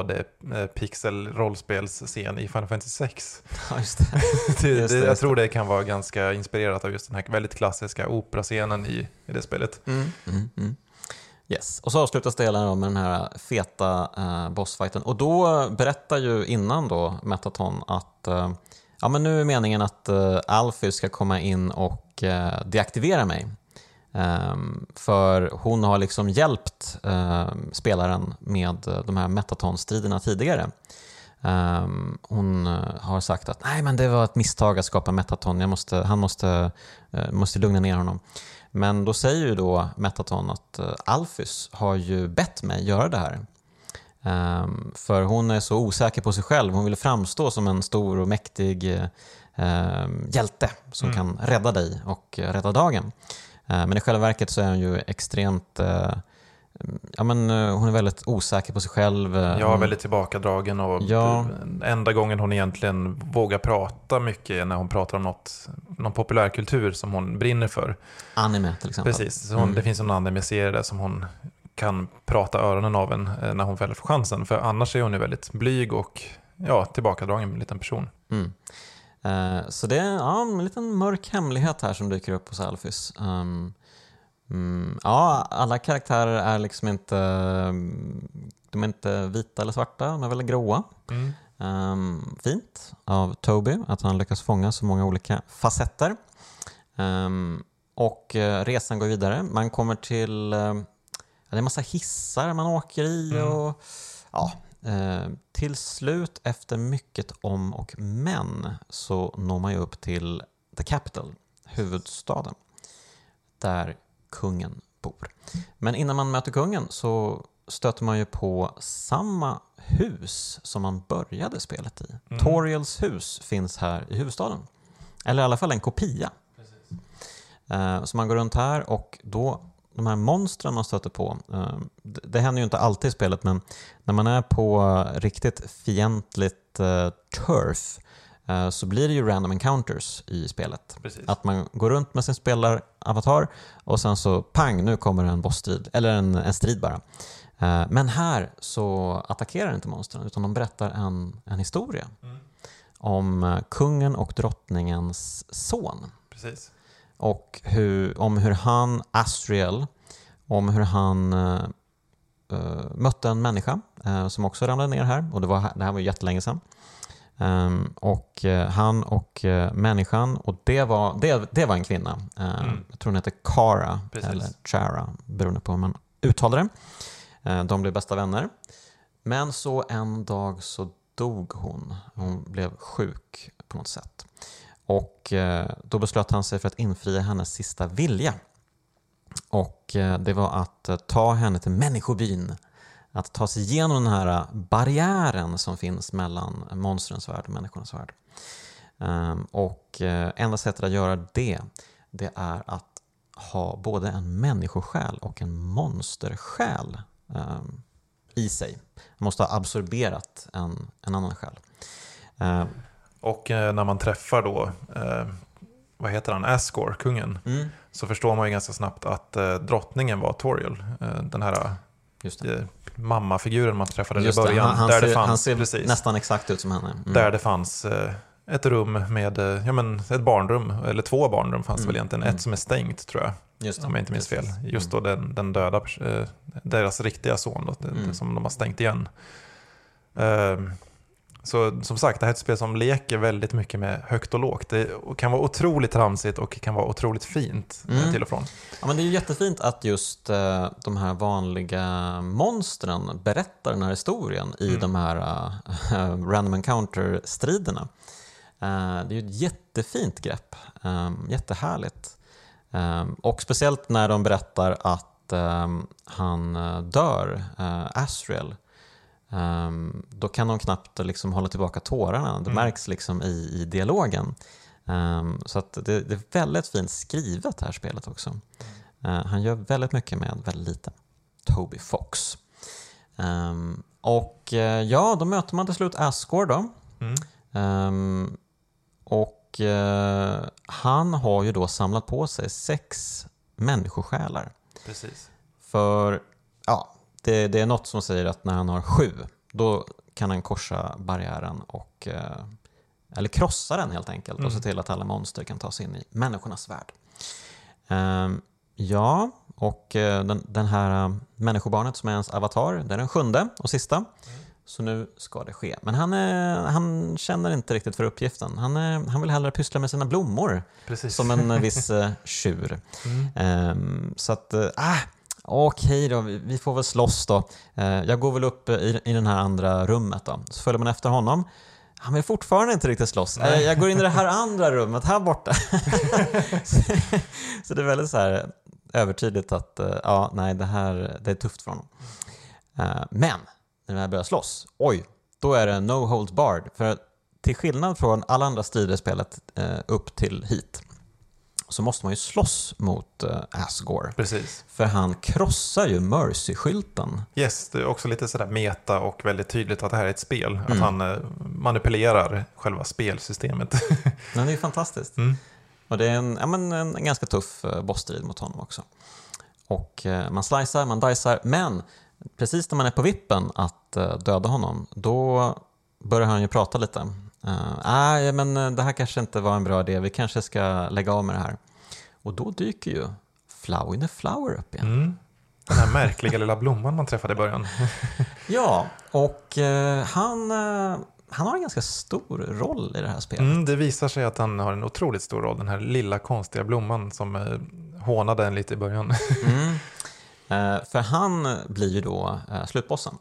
2D-pixel-rollspelsscen i Final Fantasy 6. Ja, just det. Jag tror det kan vara ganska inspirerat av just den här väldigt klassiska operascenen i det spelet. Yes. Och så avslutas det hela med den här feta bossfighten. Och då berättar ju innan då Metaton att men nu är meningen att Alphys ska komma in och deaktivera mig. För hon har liksom hjälpt spelaren med de här Metaton-striderna tidigare. Hon har sagt att nej, men det var ett misstag att skapa Metaton. Han måste lugna ner honom. Men då säger ju då Metaton att Alphys har ju bett mig göra det här. För hon är så osäker på sig själv. Hon vill framstå som en stor och mäktig hjälte som kan rädda dig och rädda dagen. Men i själva verket så är hon ju extremt... hon är väldigt osäker på sig själv. Ja, väldigt tillbakadragen och enda gången hon egentligen vågar prata mycket är när hon pratar om någon populärkultur som hon brinner för. Anime till exempel. Precis, så det finns en anime-serie där som hon kan prata öronen av en när hon väl får chansen. För annars är hon ju väldigt blyg och tillbakadragen liten person. Så det är en liten mörk hemlighet här som dyker upp hos Alphys. Alla karaktärer är liksom inte, de är inte vita eller svarta, de är väl gråa. Fint av Toby att han lyckas fånga så många olika facetter. Och resan går vidare. Man kommer till det är en massa hissar man åker i och till slut efter mycket om och men så når man ju upp till The Capital, huvudstaden, där kungen bor. Men innan man möter kungen så stöter man ju på samma hus som man började spelet i. Toriels hus finns här i huvudstaden. Eller i alla fall en kopia. Så man går runt här och då de här monstren man stöter på, det händer ju inte alltid i spelet, men när man är på riktigt fientligt turf så blir det ju random encounters i spelet. Precis. Att man går runt med sin spelaravatar och sen så pang, nu kommer en bossstrid, eller en strid bara. Men här så attackerar inte monstren, utan de berättar en historia om kungen och drottningens son. Precis. Och om hur han, Asriel, om hur han mötte en människa som också ramlade ner här. Och det här var ju jättelänge sedan. Och han och människan, och det var en kvinna. Jag tror hon heter Kara. Precis. Eller Chara, beroende på hur man uttalar det. De blev bästa vänner. Men så en dag så dog hon. Hon blev sjuk på något sätt. Och då beslöt han sig för att infria hennes sista vilja. Och det var att ta henne till människobyn. Att ta sig igenom den här barriären som finns mellan monstrens värld och människornas värld. Och enda sättet att göra det är att ha både en människosjäl och en monstersjäl i sig. Man måste ha absorberat en annan själ. Och när man träffar då, vad heter han, Asgore, kungen, så förstår man ju ganska snabbt att drottningen var Toriel. Den här mammafiguren man träffade i början. Han ser nästan exakt ut som henne. Där det fanns ett rum med, ett barnrum, eller 2 barnrum fanns väl egentligen. Ett som är stängt, tror jag. Om jag inte minns fel. Just då den döda, deras riktiga son då, som de har stängt igen. Så som sagt, det här är ett spel som leker väldigt mycket med högt och lågt. Det kan vara otroligt tramsigt och kan vara otroligt fint till och från. Ja, men det är ju jättefint att just de här vanliga monstren berättar den här historien i de här random encounter-striderna. Det är ju ett jättefint grepp. Jättehärligt. Och speciellt när de berättar att han dör, Asriel. Då kan de knappt liksom hålla tillbaka tårarna. Det märks liksom i dialogen. Så att det är väldigt fint skrivet det här spelet också. Han gör väldigt mycket med väldigt lite. Toby Fox. Och då möter man till slut Asgore då. Och han har ju då samlat på sig 6 människosjälar. Precis. För det är något som säger att när han har 7, då kan han korsa barriären och eller krossa den helt enkelt och se till att alla monster kan ta sig in i människornas värld. Och den här människobarnet som är ens avatar, det är den 7:e och sista. Så nu ska det ske. Men han känner inte riktigt för uppgiften. Han vill hellre pyssla med sina blommor. Precis. Som en viss tjur. Så att okej då, vi får väl slåss då. Jag går väl upp i den här andra rummet då. Så följer man efter honom. Han vill fortfarande inte riktigt slåss. Jag går in i det här andra rummet här borta. Så det är väldigt så här övertydligt att det är tufft för honom. Men när det här börjar slåss, då är det no holds barred. För till skillnad från alla andra strider i spelet upp till hit, så måste man ju slåss mot Asgore. Precis. För han krossar ju Mercy-skylten. Yes, det är också lite sådär meta och väldigt tydligt att det här är ett spel. Att han manipulerar själva spelsystemet. Men det är ju fantastiskt. Och det är en ganska tuff bossstrid mot honom också. Och man slicear, man dicear, men precis när man är på vippen att döda honom, då börjar han ju prata lite. Men det här kanske inte var en bra idé. Vi kanske ska lägga av med det här. Och då dyker ju Flowey the Flower upp igen. Den här märkliga lilla blomman man träffade i början. Ja, och han har en ganska stor roll i det här spelet. Det visar sig att han har en otroligt stor roll. Den här lilla konstiga blomman som hånade en lite i början. För han blir ju då slutbossen.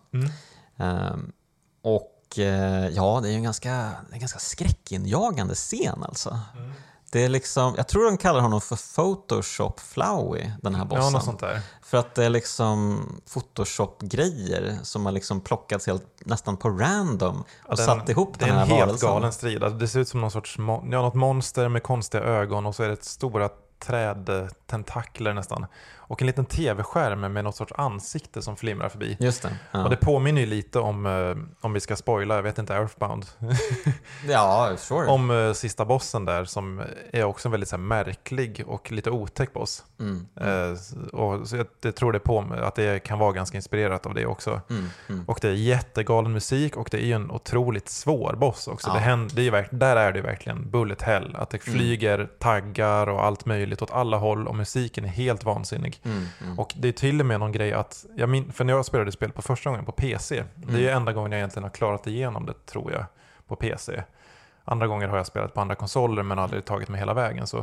Och det är ju en ganska skräckinjagande scen alltså. Det är liksom, jag tror de kallar honom för Photoshop Flowey, den här bossen. Ja, något sånt där. För att det är liksom Photoshop-grejer som har liksom plockats helt, nästan på random och satt ihop den här varelsen. Det är en helt galen strid. Alltså, det ser ut som någon sorts något monster med konstiga ögon och så är det ett stora trädtentakler nästan. Och en liten tv-skärm med något sorts ansikte som flimrar förbi. Just det. Ja. Och det påminner ju lite om vi ska spoila, jag vet inte, Earthbound. Ja, sure. Om sista bossen där som är också en väldigt så här, märklig och lite otäck boss. Och så jag tror att det kan vara ganska inspirerat av det också. Och det är jättegalen musik och det är ju en otroligt svår boss också. Ja. Där är det verkligen bullet hell. Att det flyger taggar och allt möjligt åt alla håll och musiken är helt vansinnig. Och det är till och med någon grej att för när jag spelade spel på första gången på PC, det är ju enda gången jag egentligen har klarat igenom det, tror jag, på PC. Andra gånger har jag spelat på andra konsoler men aldrig tagit mig hela vägen så.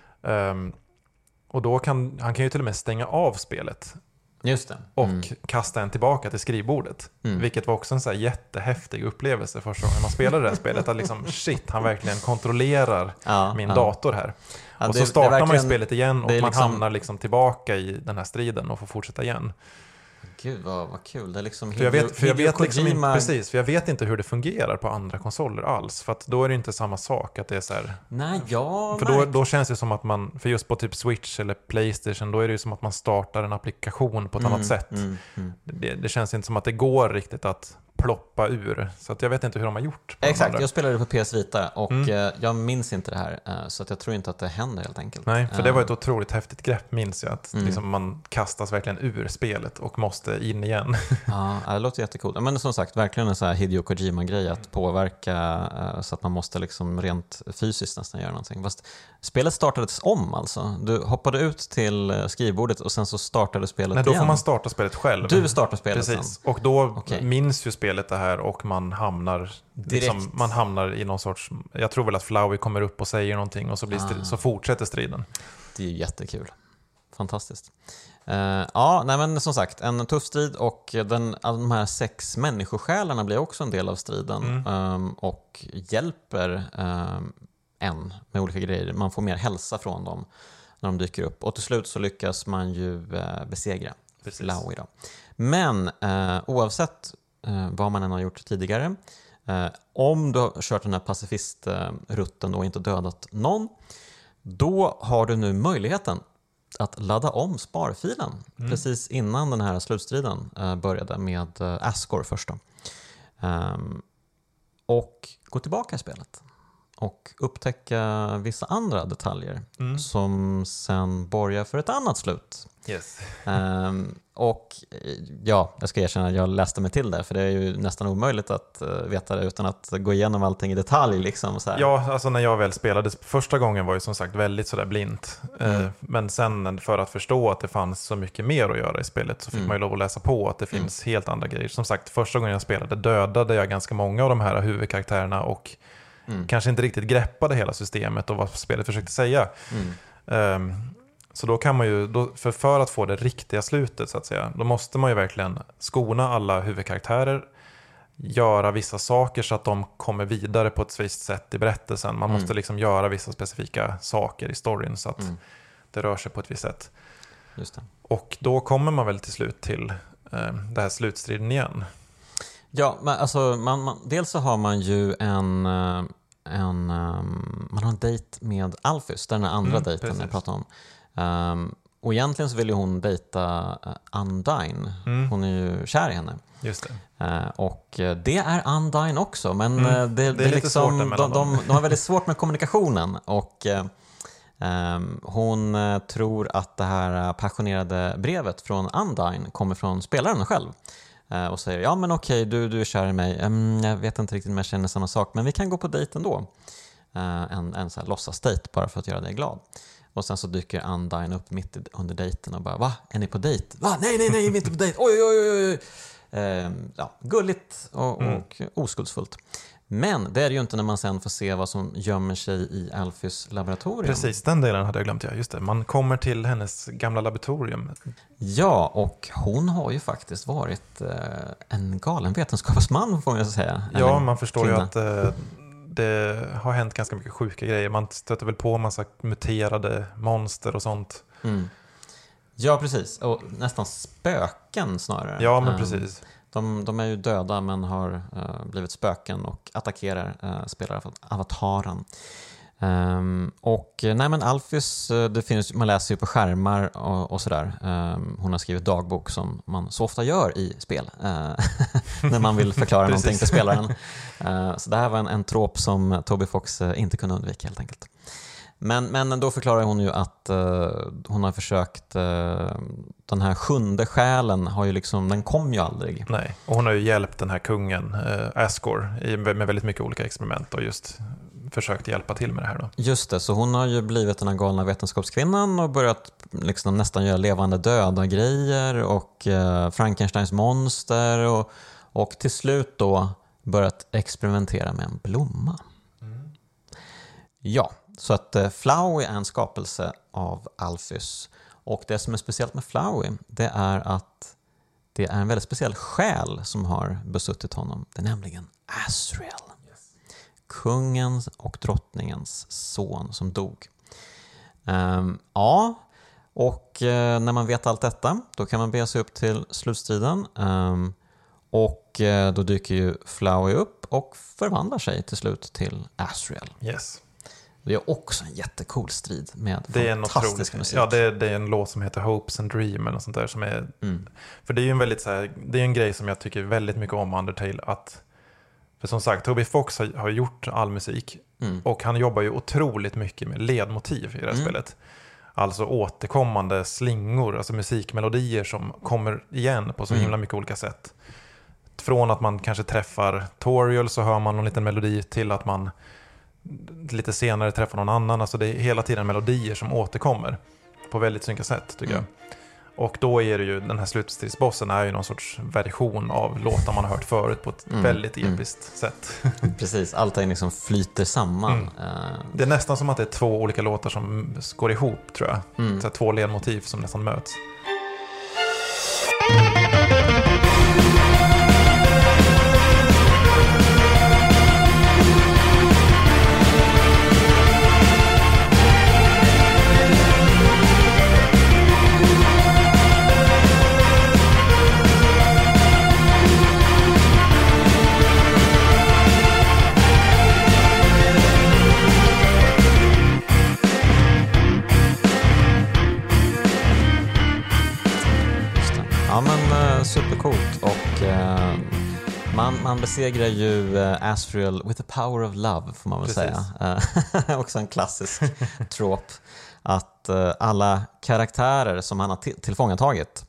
Och då han kan ju till och med stänga av spelet. Just det. Och kasta en tillbaka till skrivbordet. Vilket var också en så här jättehäftig upplevelse första gången man spelade det här spelet. Att liksom, shit, han verkligen kontrollerar min dator här. Och så startar man ju spelet igen och man hamnar liksom tillbaka i den här striden och får fortsätta igen. Gud, vad kul. Det är liksom för jag vet inte hur det fungerar på andra konsoler alls. För att då är det inte samma sak att det är så här. Nej, för då känns det som att man, för just på typ Switch eller PlayStation, då är det ju som att man startar en applikation på ett annat sätt. Det känns inte som att det går riktigt att ploppa ur. Så att jag vet inte hur de har gjort. Exakt, jag spelade på PS Vita och jag minns inte det här. Så att jag tror inte att det händer helt enkelt. Nej, för det var ett otroligt häftigt grepp, minns jag. Att liksom man kastas verkligen ur spelet och måste in igen. Ja, det låter jättekul. Men som sagt, verkligen en så här Hideo Kojima-grej att påverka så att man måste liksom rent fysiskt nästan göra någonting. Fast spelet startades om alltså. Du hoppade ut till skrivbordet och sen så startade spelet igen. Nej, då får man starta spelet själv. Du startar spelet Precis. sen. Och då minns ju spelet det här och man hamnar liksom, man hamnar i någon sorts, jag tror väl att Flowey kommer upp och säger någonting och så fortsätter striden. Det är ju jättekul. Fantastiskt. Ja, nej men som sagt, en tuff strid och de här 6 människosjälarna blir också en del av striden och hjälper en med olika grejer. Man får mer hälsa från dem när de dyker upp och till slut så lyckas man ju besegra Flowey då. Men oavsett vad man än har gjort tidigare, om du har kört den här pacifistrutten och inte dödat någon, då har du nu möjligheten att ladda om sparfilen precis innan den här slutstriden började med Asgore först då. Och gå tillbaka i spelet och upptäcka vissa andra detaljer som sen borgar för ett annat slut. Yes. Och ja, jag ska erkänna att jag läste mig till det, för det är ju nästan omöjligt att veta det utan att gå igenom allting i detalj liksom, så här. Ja, alltså när jag väl spelade första gången var ju som sagt väldigt sådär blint. Men sen för att förstå att det fanns så mycket mer att göra i spelet så fick man ju lov att läsa på att det finns helt andra grejer. Som sagt, första gången jag spelade dödade jag ganska många av de här huvudkaraktärerna och kanske inte riktigt greppade hela systemet och vad spelet försökte säga. Så då kan man ju, för att få det riktiga slutet så att säga, då måste man ju verkligen skona alla huvudkaraktärer, göra vissa saker så att de kommer vidare på ett visst sätt i berättelsen. Man måste liksom göra vissa specifika saker i storyn så att det rör sig på ett visst sätt. Just det. Och då kommer man väl till slut till det här slutstriden igen. Ja, men alltså dels så har man ju man har en dejt med Alphys, den andra dejten jag pratade om. Och egentligen så vill ju hon dejta Undyne. Hon är ju kär i henne. Just det. Och det är Undyne också, men det är lite liksom, svårt de har väldigt svårt med kommunikationen och hon tror att det här passionerade brevet från Undyne kommer från spelaren själv. Och säger, ja men okej, du är kär i mig. Jag vet inte riktigt om jag känner samma sak, men vi kan gå på dejt ändå. En så här låtsasdejt bara för att göra dig glad. Och sen så dyker Undyne upp mitt under dejten och bara, va? Är ni på dejt? Va? Nej, vi är inte på dejt. Oj. Ja, gulligt och oskuldsfullt. Men det är det ju inte när man sen får se vad som gömmer sig i Alphys laboratorium. Precis, den delen hade jag glömt. Ja, just det. Man kommer till hennes gamla laboratorium. Ja, och hon har ju faktiskt varit en galen vetenskapsman får man säga. Ja, man förstår ju att det har hänt ganska mycket sjuka grejer. Man stöter väl på en massa muterade monster och sånt. Mm. Ja, precis. Och nästan spöken snarare. Ja, men precis. De är ju döda men har blivit spöken och attackerar spelare av avataren. Nej, men Alphys, det finns, man läser ju på skärmar och sådär. Hon har skrivit dagbok som man så ofta gör i spel när man vill förklara någonting för spelaren. Så det här var en trop som Toby Fox inte kunde undvika helt enkelt. Men då förklarar hon ju att hon har försökt, den här 7:e själen har ju liksom, den kom ju aldrig. Nej, och hon har ju hjälpt den här kungen Asgore med väldigt mycket olika experiment och just försökt hjälpa till med det här då. Just det, så hon har ju blivit den här galna vetenskapskvinnan och börjat liksom nästan göra levande döda grejer och Frankensteins monster och till slut då börjat experimentera med en blomma. Mm. Ja, så att Flowey är en skapelse av Alphys. Och det som är speciellt med Flowey, det är att det är en väldigt speciell själ som har besuttit honom. Det är nämligen Azrael. Yes. Kungens och drottningens son som dog. Och när man vet allt detta, då kan man be sig upp till slutstriden. Och då dyker ju Flowey upp och förvandlar sig till slut till Azrael. Yes. Det är också en jättecool strid med fantastisk musik. Ja, det är en låt som heter Hopes and Dream eller sånt där som är... För det är ju en väldigt så här, det är en grej som jag tycker väldigt mycket om Undertale, att för som sagt, Toby Fox har gjort all musik och han jobbar ju otroligt mycket med ledmotiv i det här spelet. Alltså återkommande slingor, alltså musikmelodier som kommer igen på så himla mycket olika sätt. Från att man kanske träffar Toriel så hör man någon liten melodi till att man lite senare träffar någon annan. Alltså det är hela tiden melodier som återkommer på väldigt synka sätt tycker jag. Och då är det ju, den här slutstridsbossen är ju någon sorts version av låtar man har hört förut på ett väldigt episkt sätt. Precis, allting liksom flyter samman. Det är nästan som att det är två olika låtar som går ihop tror jag. Så här, två ledmotiv som nästan möts. Ja, men supercoolt. Och man besegrar ju Azrael with the power of love, får man väl säga. Också en klassisk trope. Att alla karaktärer som han har tillfångatagit,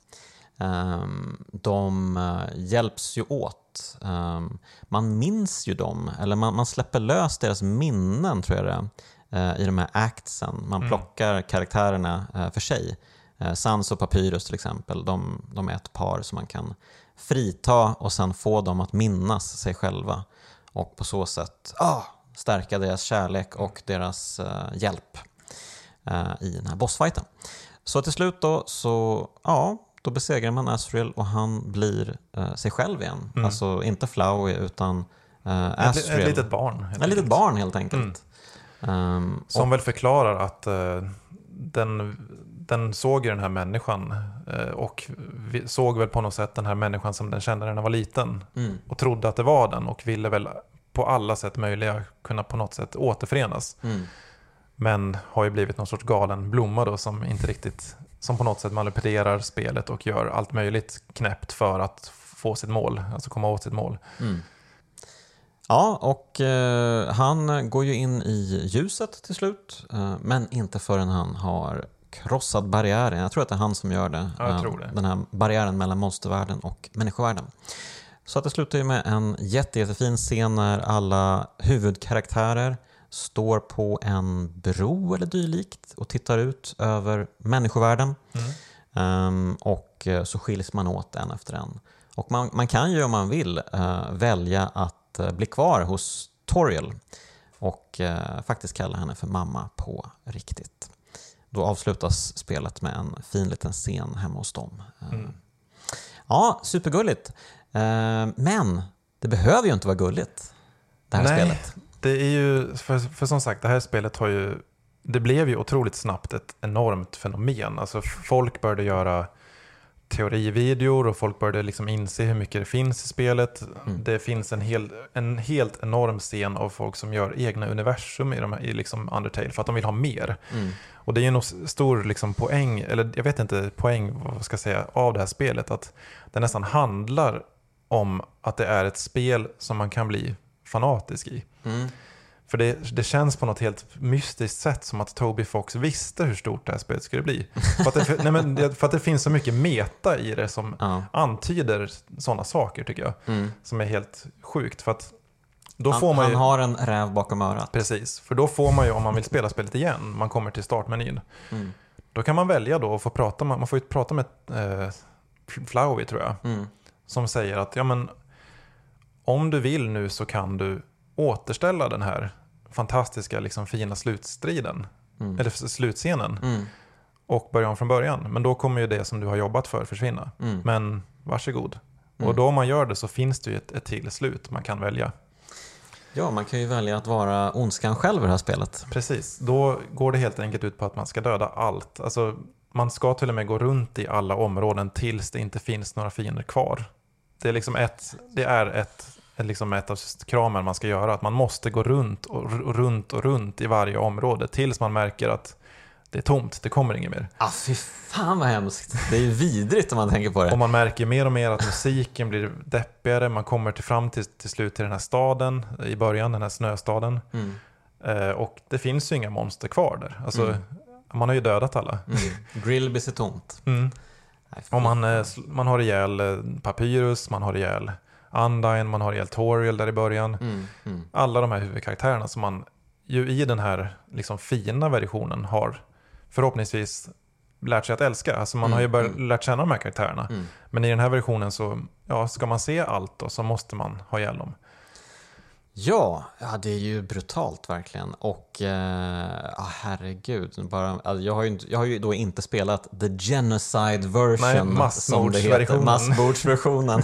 de hjälps ju åt. Man minns ju dem, eller man släpper lös deras minnen, tror jag det, i de här actsen. Man plockar karaktärerna för sig. Sans och Papyrus till exempel, de är ett par som man kan frita och sen få dem att minnas sig själva och på så sätt stärka deras kärlek och deras hjälp i den här bossfighten. Så till slut då besegrar man Azrael och han blir sig själv igen. Alltså inte Flowey utan Azrael. Ett litet barn. Ett litet barn helt enkelt. Som väl förklarar att den såg ju den här människan och såg väl på något sätt den här människan som den kände när den var liten och trodde att det var den och ville väl på alla sätt möjliga kunna på något sätt återförenas. Men har ju blivit någon sorts galen blomma då som inte riktigt, som på något sätt manipulerar spelet och gör allt möjligt knäppt för att få sitt mål, alltså komma åt sitt mål. Ja, och han går ju in i ljuset till slut, men inte förrän han har krossat barriären. Jag tror att det är han som gör det. Ja, jag tror det. Den här barriären mellan monstervärlden och människovärlden. Så att det slutar ju med en jättefin scen när alla huvudkaraktärer står på en bro eller dylikt och tittar ut över människovärlden. Och så skiljs man åt en efter en. Och man kan ju om man vill välja att bli kvar hos Toriel och faktiskt kalla henne för mamma på riktigt. Då avslutas spelet med en fin liten scen hemma hos dem. Ja, supergulligt. Men det behöver ju inte vara gulligt, det här spelet. Det är ju, för som sagt, det här spelet har ju, det blev ju otroligt snabbt ett enormt fenomen. Alltså folk började göra teorivideor och folk började liksom inse hur mycket det finns i spelet. Det finns en helt enorm scen av folk som gör egna universum i liksom Undertale för att de vill ha mer. Och det är ju nog stor liksom poäng, eller jag vet inte poäng, vad ska jag säga, av det här spelet, att det nästan handlar om att det är ett spel som man kan bli fanatisk i. För det känns på något helt mystiskt sätt som att Toby Fox visste hur stort det här spelet skulle bli. För att det finns så mycket meta i det som antyder sådana saker, tycker jag. Som är helt sjukt. För att då får man han har en räv bakom örat. Precis, för då får man ju, om man vill spela spelet igen, man kommer till startmenyn. Då kan man välja då och få prata med, man får ju prata med Flowey, tror jag. Som säger att ja, men om du vill nu så kan du återställa den här fantastiska liksom fina slutstriden eller slutscenen och börja om från början. Men då kommer ju det som du har jobbat för försvinna. Men varsågod. Och då om man gör det så finns det ju ett till slut man kan välja. Ja, man kan ju välja att vara ondskan själv i det här spelet. Precis, då går det helt enkelt ut på att man ska döda allt. Alltså, man ska till och med gå runt i alla områden tills det inte finns några fiender kvar. Det är liksom ett av kramen man ska göra, att man måste gå runt och runt i varje område tills man märker att det är tomt, det kommer inget mer. Fy fan vad hemskt. Det är ju vidrigt om man tänker på det. Och man märker mer och mer att musiken blir deppigare. Man kommer fram till slut till den här staden i början, den här snöstaden. Och det finns ju inga monster kvar där. Alltså, man har ju dödat alla. Grillbys är tomt. Och man har ihjäl Papyrus, man har ihjäl Undyne, man har ihjäl Toriel där i början. Alla de här huvudkaraktärerna som man ju i den här liksom fina versionen har förhoppningsvis lärt sig att älska. Alltså man har ju lärt känna de här karaktärerna. Men i den här versionen så, ja, ska man se allt då, så måste man ha ihjäl dem. Ja, det är ju brutalt verkligen. Och herregud, alltså jag har ju då inte spelat the genocide version, som det heter, massbordsversionen.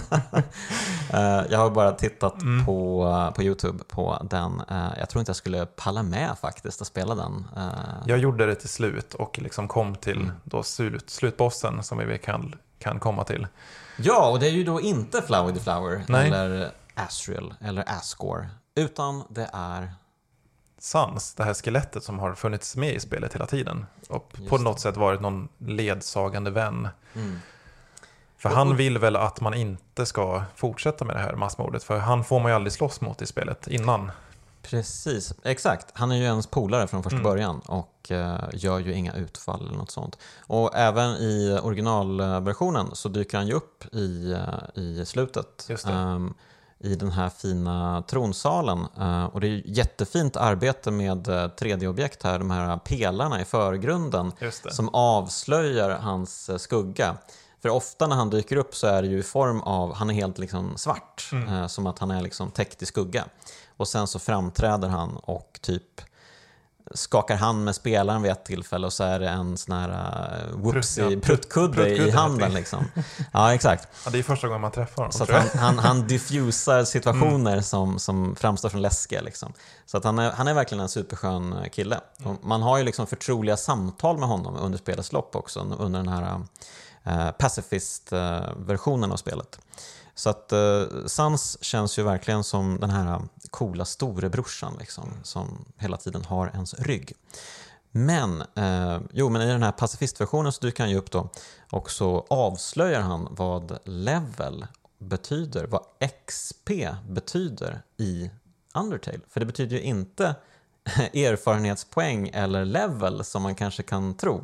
Jag har bara tittat på YouTube på den. Jag tror inte jag skulle palla med faktiskt att spela den. Jag gjorde det till slut och liksom kom till då slutbossen som vi kan komma till. Ja, och det är ju då inte Flowey the Flower. Nej. Eller Asriel eller Asgore, utan det är Sans, det här skelettet som har funnits med i spelet hela tiden och på något sätt varit någon ledsagande vän. För han vill väl att man inte ska fortsätta med det här massmordet, för han får man ju aldrig slåss mot i spelet innan. Precis, exakt. Han är ju ens polare från första början och gör ju inga utfall eller något sånt. Och även i originalversionen så dyker han ju upp i slutet. Just det. I den här fina tronsalen. Och det är jättefint arbete med 3D-objekt här. De här pelarna i förgrunden som avslöjar hans skugga. För ofta när han dyker upp så är det ju i form av, han är helt liksom svart. Som att han är liksom täckt i skugga. Och sen så framträder han och typ skakar hand med spelaren vid ett tillfälle och så är det en sån här pruttkudde i handen liksom. Ja, exakt. Ja, det är första gången man träffar honom. Så att han diffusar situationer som framstår som läskiga liksom. Så att han är verkligen en superskön kille. Och man har ju liksom förtroliga samtal med honom under spelets lopp också, under den här pacifist-versionen av spelet. Så att Sans känns ju verkligen som den här coola storebrorsan liksom, som hela tiden har ens rygg. Men i den här pacifistversionen så dyker han ju upp då och så avslöjar han vad level betyder, vad XP betyder i Undertale. För det betyder ju inte erfarenhetspoäng eller level som man kanske kan tro.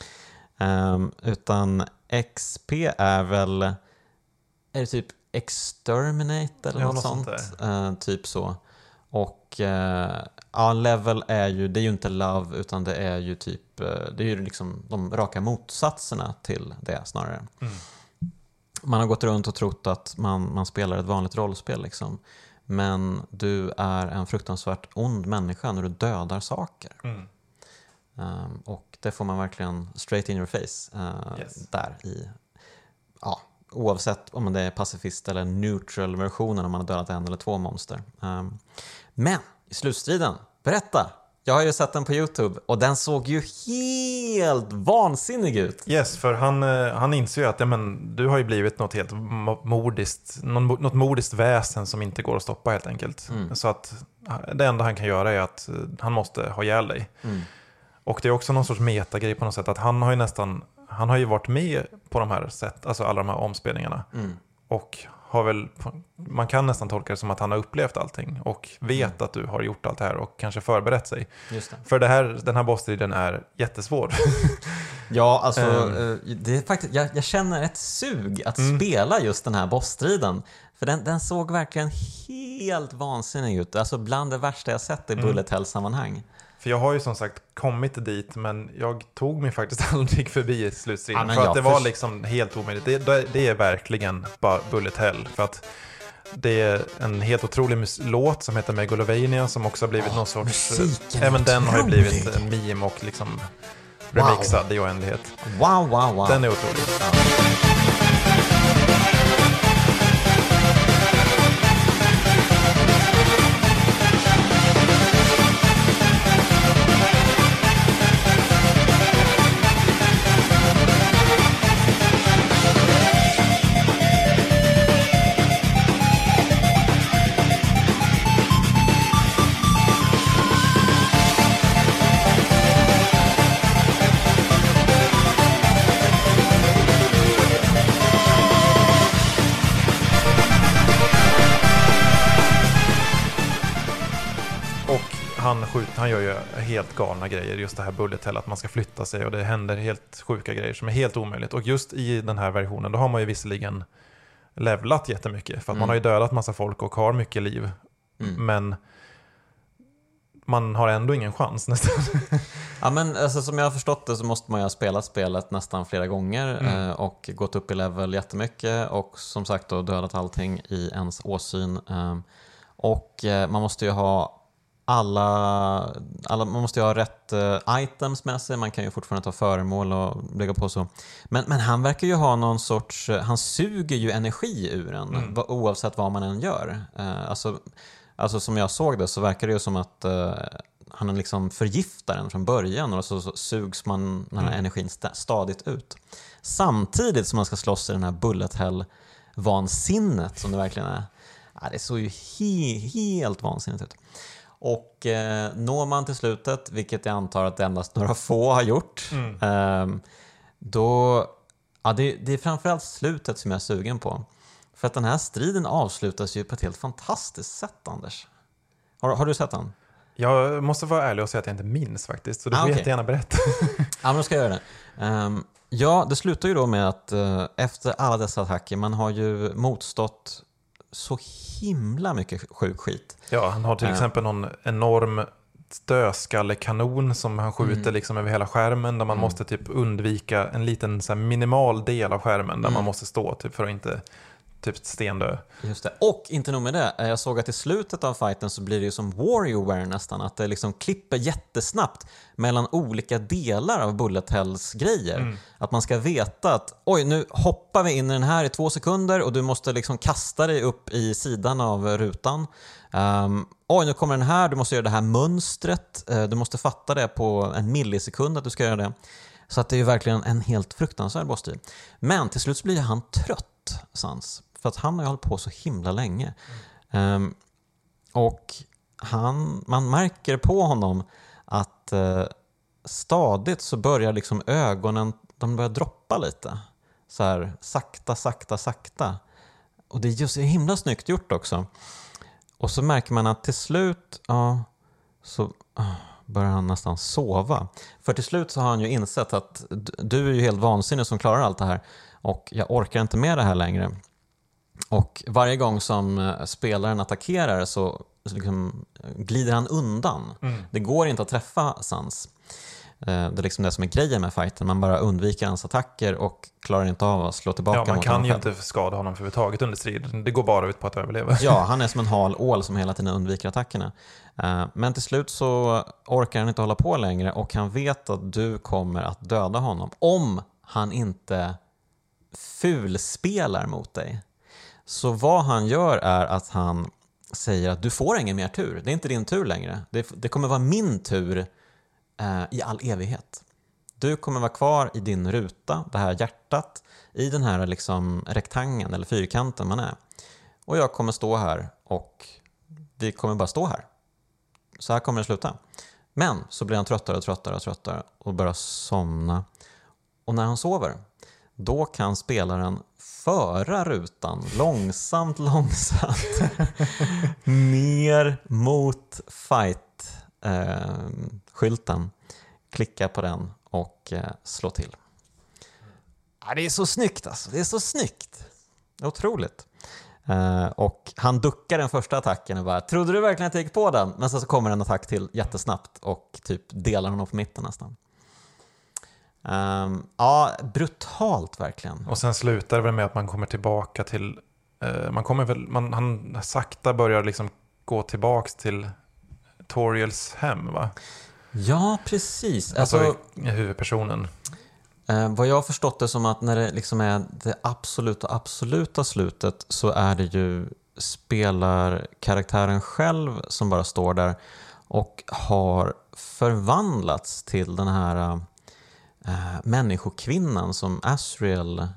Utan XP är det typ exterminate eller något sånt. Typ så. Och level är ju inte love, utan det är ju typ, det är ju liksom de raka motsatserna till det snarare. Man har gått runt och trott att man spelar ett vanligt rollspel liksom. Men du är en fruktansvärt ond människa när du dödar saker. Och det får man verkligen straight in your face där i, oavsett om det är pacifist eller neutral versionen, om man har dödat en eller två monster. Men slutstriden, berätta. Jag har ju sett den på YouTube och den såg ju helt vansinnig ut. Yes, för han inser ju att du har ju blivit något helt något mordiskt väsen som inte går att stoppa helt enkelt. Så att det enda han kan göra är att han måste ha ihjäl dig. Och det är också någon sorts metagrej på något sätt att han har ju varit med på de här sätt, alltså alla de här omspelningarna. Och har väl, man kan nästan tolka det som att han har upplevt allting och vet att du har gjort allt det här och kanske förberett sig. Just det. För den här bossstriden är jättesvår. Ja, alltså det är faktiskt, jag känner ett sug att spela just den här bossstriden. För den såg verkligen helt vansinnig ut. Alltså bland det värsta jag sett i bullet hell-sammanhang. För jag har ju som sagt kommit dit, men jag tog mig faktiskt aldrig förbi slutstriden. Ja, för att det var liksom helt omöjligt. Det är verkligen bara bullet hell. För att det är en helt otrolig låt som heter Megalovania som också har blivit någon sorts... Även den har ju blivit en meme och liksom remixad i oändlighet. Wow. Den är otrolig. Ja. Han gör ju helt galna grejer, just det här bullet hell, att man ska flytta sig och det händer helt sjuka grejer som är helt omöjligt. Och just i den här versionen, då har man ju visserligen levlat jättemycket, för att man har ju dödat massa folk och har mycket liv. Men man har ändå ingen chans nästan. Ja, men alltså, som jag har förstått det så måste man ju ha spelat spelet nästan flera gånger och gått upp i level jättemycket och som sagt då dödat allting i ens åsyn. Och man måste ju ha man måste ju ha rätt items med sig. Man kan ju fortfarande ta föremål och lägga på så. Men han verkar ju ha någon sorts... Han suger ju energi ur en oavsett vad man än gör. Alltså som jag såg det så verkar det ju som att han liksom förgiftar den från början och så sugs man den här energin stadigt ut. Samtidigt som man ska slåss i den här bullet hell-vansinnet som det verkligen är. Ja, det såg ju helt vansinnigt ut. Och når man till slutet, vilket jag antar att endast några få har gjort, då... Ja, det är framförallt slutet som jag är sugen på. För att den här striden avslutas ju på ett helt fantastiskt sätt, Anders. Har du sett den? Jag måste vara ärlig och säga att jag inte minns faktiskt. Så du får jättegärna berätta. Ja, men då ska jag göra det. Ja, det slutar ju då med att efter alla dessa attacker, man har ju motstått så himla mycket sjuk skit. Ja, han har till exempel någon enorm dödskallekanon som han skjuter liksom över hela skärmen, där man måste typ undvika en liten så här minimal del av skärmen där man måste stå typ för att inte typ stendö. Just det. Och inte nog med det, jag såg att i slutet av fighten så blir det ju som WarioWare nästan, att det liksom klipper jättesnabbt mellan olika delar av bullet hells grejer. Att man ska veta att oj, nu hoppar vi in i den här i 2 sekunder och du måste liksom kasta dig upp i sidan av rutan. Oj, nu kommer den här, du måste göra det här mönstret, du måste fatta det på en millisekund att du ska göra det. Så att det är ju verkligen en helt fruktansvärd bossstrid. Men till slut så blir han trött, Sans. För att han har ju hållit på så himla länge. Och man märker på honom att stadigt så börjar liksom ögonen, de börjar droppa lite. Så här sakta. Och det är just himla snyggt gjort också. Och så märker man att till slut så börjar han nästan sova. För till slut så har han ju insett att du är ju helt vansinnig som klarar allt det här. Och jag orkar inte med det här längre. Och varje gång som spelaren attackerar så liksom glider han undan. Det går inte att träffa Sans. Det är liksom det som är grejen med fighten. Man bara undviker hans attacker och klarar inte av att slå tillbaka mot honom. Ja, man kan ju inte skada honom överhuvudtaget under striden. Det går bara ut på att överleva. Ja, han är som en hal ål som hela tiden undviker attackerna. Men till slut så orkar han inte hålla på längre och han vet att du kommer att döda honom om han inte fulspelar mot dig. Så vad han gör är att han säger att du får ingen mer tur. Det är inte din tur längre. Det kommer vara min tur i all evighet. Du kommer vara kvar i din ruta, det här hjärtat, i den här liksom rektangeln eller fyrkanten man är. Och jag kommer stå här och vi kommer bara stå här. Så här kommer det sluta. Men så blir han tröttare och börjar somna. Och när han sover, då kan spelaren föra rutan långsamt ner mot fight-skylten. Klicka på den och slå till. Ja, det är så snyggt alltså. Det är så snyggt. Otroligt. Och han duckar den första attacken och bara, trodde du verkligen att jag gick på den? Men så kommer en attack till jättesnabbt och typ delar honom på mitten nästan. Ja, brutalt verkligen. Och sen slutar det väl med att man kommer tillbaka till han sakta börjar liksom gå tillbaks till Toriels hem, va? Ja, precis. Alltså huvudpersonen. Vad jag har förstått det som att när det liksom är det absoluta slutet så är det ju spelarkaraktären själv som bara står där och har förvandlats till den här människokvinnan som Asriel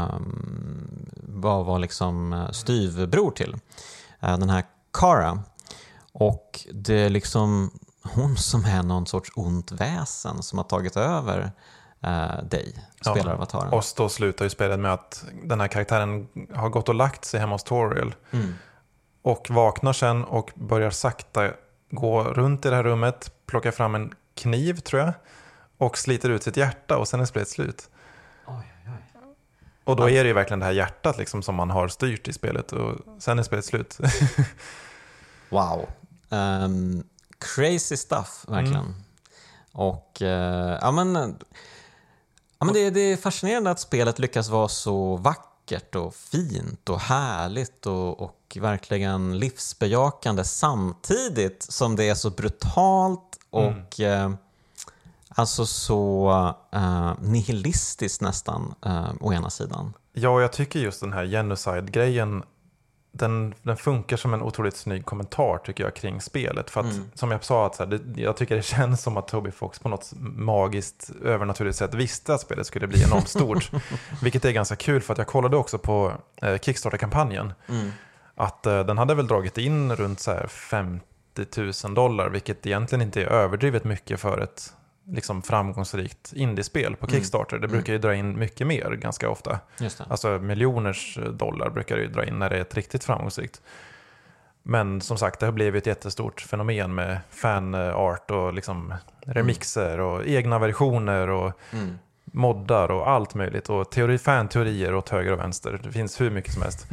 var liksom styvbror till. Den här Kara. Och det är liksom hon som är någon sorts ont väsen som har tagit över dig, spelaravtaren. Och då slutar ju spelet med att den här karaktären har gått och lagt sig hemma hos Toriel. Och vaknar sen och börjar sakta gå runt i det här rummet, plocka fram en kniv tror jag och sliter ut sitt hjärta och sen är spelet slut. Och då är det ju verkligen det här hjärtat liksom som man har styrt i spelet och sen är spelet slut. Wow. Crazy stuff, verkligen. Och ja men det är fascinerande att spelet lyckas vara så vackert och fint och härligt och verkligen livsbejakande samtidigt som det är så brutalt och alltså så nihilistiskt nästan å ena sidan. Ja, och jag tycker just den här genocide-grejen den funkar som en otroligt snygg kommentar tycker jag kring spelet. För att som jag sa, att så här, jag tycker det känns som att Toby Fox på något magiskt övernaturligt sätt visste att spelet skulle bli enormt stort. Vilket är ganska kul för att jag kollade också på Kickstarter-kampanjen. Att den hade väl dragit in runt så här $50,000, vilket egentligen inte är överdrivet mycket för ett liksom framgångsrikt indiespel på Kickstarter. Det brukar ju dra in mycket mer ganska ofta. Just det. Alltså miljoners dollar brukar det ju dra in när det är ett riktigt framgångsrikt. Men som sagt, det har blivit ett jättestort fenomen med fanart och liksom remixer och egna versioner och moddar och allt möjligt. Och fanteorier åt höger och vänster. Det finns hur mycket som helst.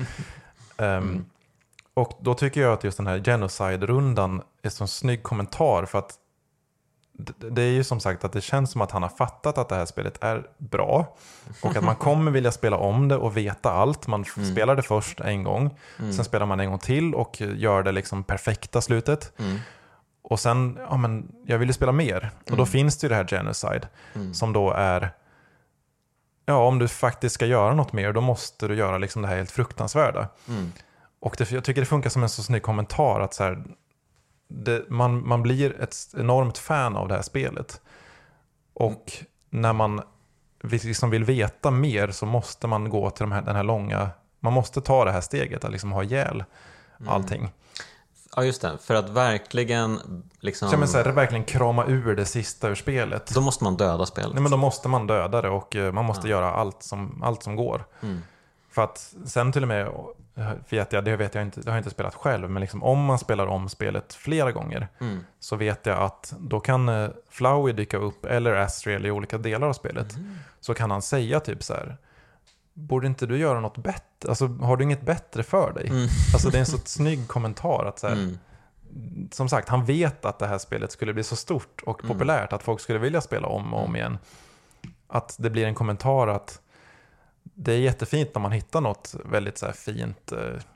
Och då tycker jag att just den här genocide-rundan är så en snygg kommentar för att det är ju som sagt att det känns som att han har fattat att det här spelet är bra och att man kommer vilja spela om det och veta allt. Man spelar det först en gång, sen spelar man en gång till och gör det liksom perfekta slutet. Och sen, ja men jag vill ju spela mer. Och då finns det ju det här genocide som då är, ja om du faktiskt ska göra något mer då måste du göra liksom det här helt fruktansvärda. Och jag tycker det funkar som en så snygg kommentar att så här, man blir ett enormt fan av det här spelet. Och när man liksom vill veta mer så måste man gå till den här långa, man måste ta det här steget att liksom ha ihjäl allting. Ja just det, för att verkligen liksom... Så men så här, verkligen krama ur det sista ur spelet. Då måste man döda spelet. Nej men då måste man döda det och man måste göra allt som går. För att sen till och med det vet jag inte, det har jag inte spelat själv, men liksom om man spelar om spelet flera gånger så vet jag att då kan Flowey dyka upp eller Asriel i olika delar av spelet. Så kan han säga typ så här: borde inte du göra något bättre? Alltså har du inget bättre för dig? Alltså det är en så snygg kommentar att så här, som sagt, han vet att det här spelet skulle bli så stort och populärt att folk skulle vilja spela om och om igen. Att det blir en kommentar att det är jättefint när man hittar något väldigt så här fint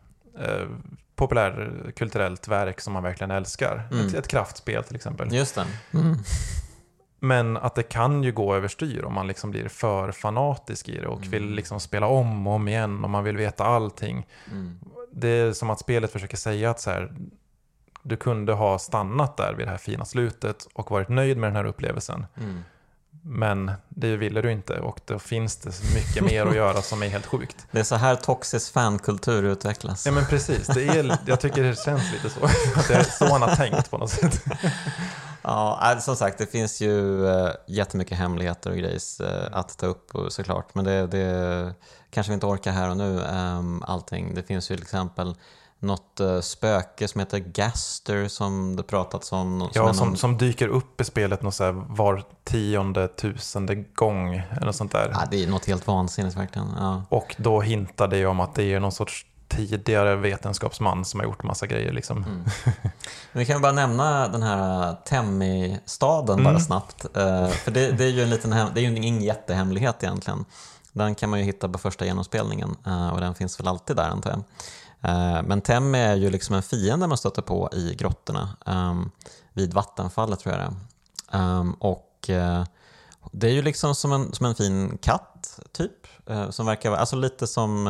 populärkulturellt verk som man verkligen älskar. Ett kraftspel till exempel. Just det. Men att det kan ju gå överstyr om man liksom blir för fanatisk i det och vill liksom spela om och om igen och man vill veta allting. det är som att spelet försöker säga att så här, du kunde ha stannat där vid det här fina slutet och varit nöjd med den här upplevelsen. Men det ville du inte, och då finns det mycket mer att göra som är helt sjukt. Det är så här toxisk fankultur utvecklas. Ja, men precis. Jag tycker det känns lite så. Att det är så han har tänkt på något sätt. Ja, som sagt, det finns ju jättemycket hemligheter och grejs att ta upp såklart. Men det kanske vi inte orkar här och nu allting. Det finns ju till exempel något spöke som heter Gaster som det pratats om. Som dyker upp i spelet något så här var 10,000 gång eller något sånt där. Ja, det är något helt vansinnigt verkligen. Ja. Och då hintar det om att det är någon sorts tidigare vetenskapsman som har gjort massa grejer liksom. Vi kan ju bara nämna den här Temmi-staden bara snabbt. För det är ju det är ju ingen jättehemlighet egentligen. Den kan man ju hitta på första genomspelningen och den finns väl alltid där, antar jag. Men Temmi är ju liksom en fiende man stöter på i grottorna vid vattenfallet, tror jag det. Och det är ju liksom som en fin katt typ, som verkar vara, alltså lite som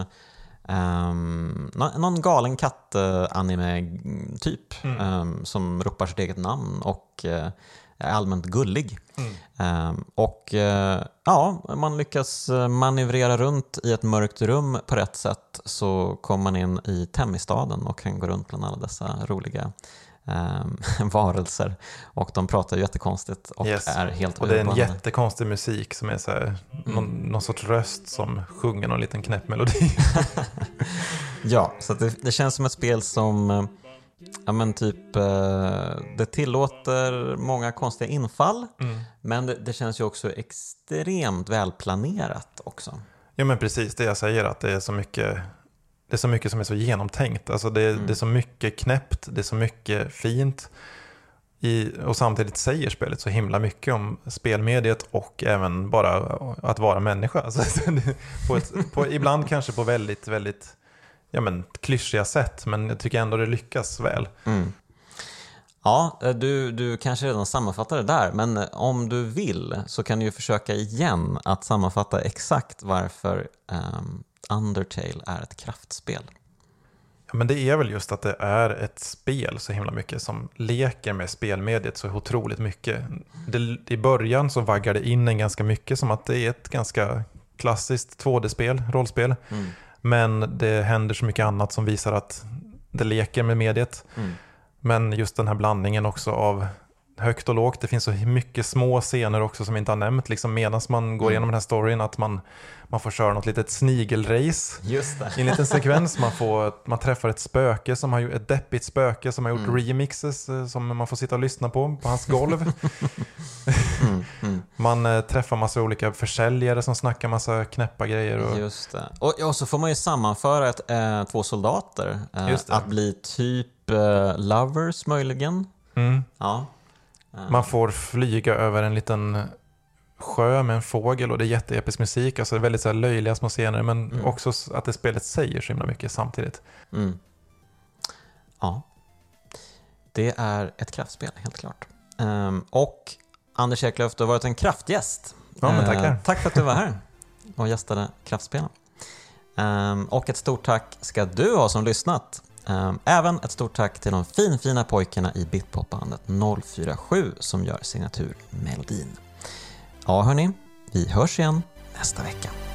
någon galen katt-anime typ, som ropar sitt eget namn och är allmänt gullig. Och om man lyckas manövrera runt i ett mörkt rum på rätt sätt så kommer man in i Temmi-staden och kan gå runt bland alla dessa roliga varelser, och de pratar ju jättekonstigt och är helt och det är en jättekonstig musik som är så här, någon sorts röst som sjunger någon liten knäppmelodi. Ja, så att det känns som ett spel som det tillåter många konstiga infall, men det känns ju också extremt välplanerat också. Ja, men precis det jag säger, att det är så mycket som är så genomtänkt. Alltså det är så mycket knäppt, det är så mycket fint och samtidigt säger spelet så himla mycket om spelmediet och även bara att vara människa. Alltså, ibland kanske på väldigt, väldigt klyschiga sätt, men jag tycker ändå det lyckas väl. Ja, du kanske redan sammanfattar det där, men om du vill så kan du ju försöka igen att sammanfatta exakt varför Undertale är ett kraftspel. Ja, men det är väl just att det är ett spel så himla mycket som leker med spelmediet så otroligt mycket. I början så vaggar det in en ganska mycket som att det är ett ganska klassiskt 2D-spel, rollspel. Men det händer så mycket annat som visar att det leker med mediet. Men just den här blandningen också av högt och lågt. Det finns så mycket små scener också som vi inte har nämnt. Liksom medan man går igenom den här storyn, att man får köra något litet snigelrace. Just det. I en liten sekvens. Man träffar ett spöke som har gjort ett deppigt spöke som har gjort remixes som man får sitta och lyssna på hans golv. Man träffar massa olika försäljare som snackar massa knäppa grejer. Just det. Och så får man ju sammanföra två soldater. Att bli typ lovers möjligen. Ja. Man får flyga över en liten sjö med en fågel och det är jätteepisk musik. Alltså det är väldigt så här löjliga små scener, men också att det spelet säger så himla mycket samtidigt. Ja. Det är ett kraftspel, helt klart. Och Anders Eklöf, du har varit en kraftgäst. Ja, men tackar. Tack för att du var här och gästade Kraftspelen. Och ett stort tack ska du ha som lyssnat. Även ett stort tack till de fina pojkarna i Bitpopbandet 047 som gör signaturmelodin. Ja hörni, vi hörs igen nästa vecka.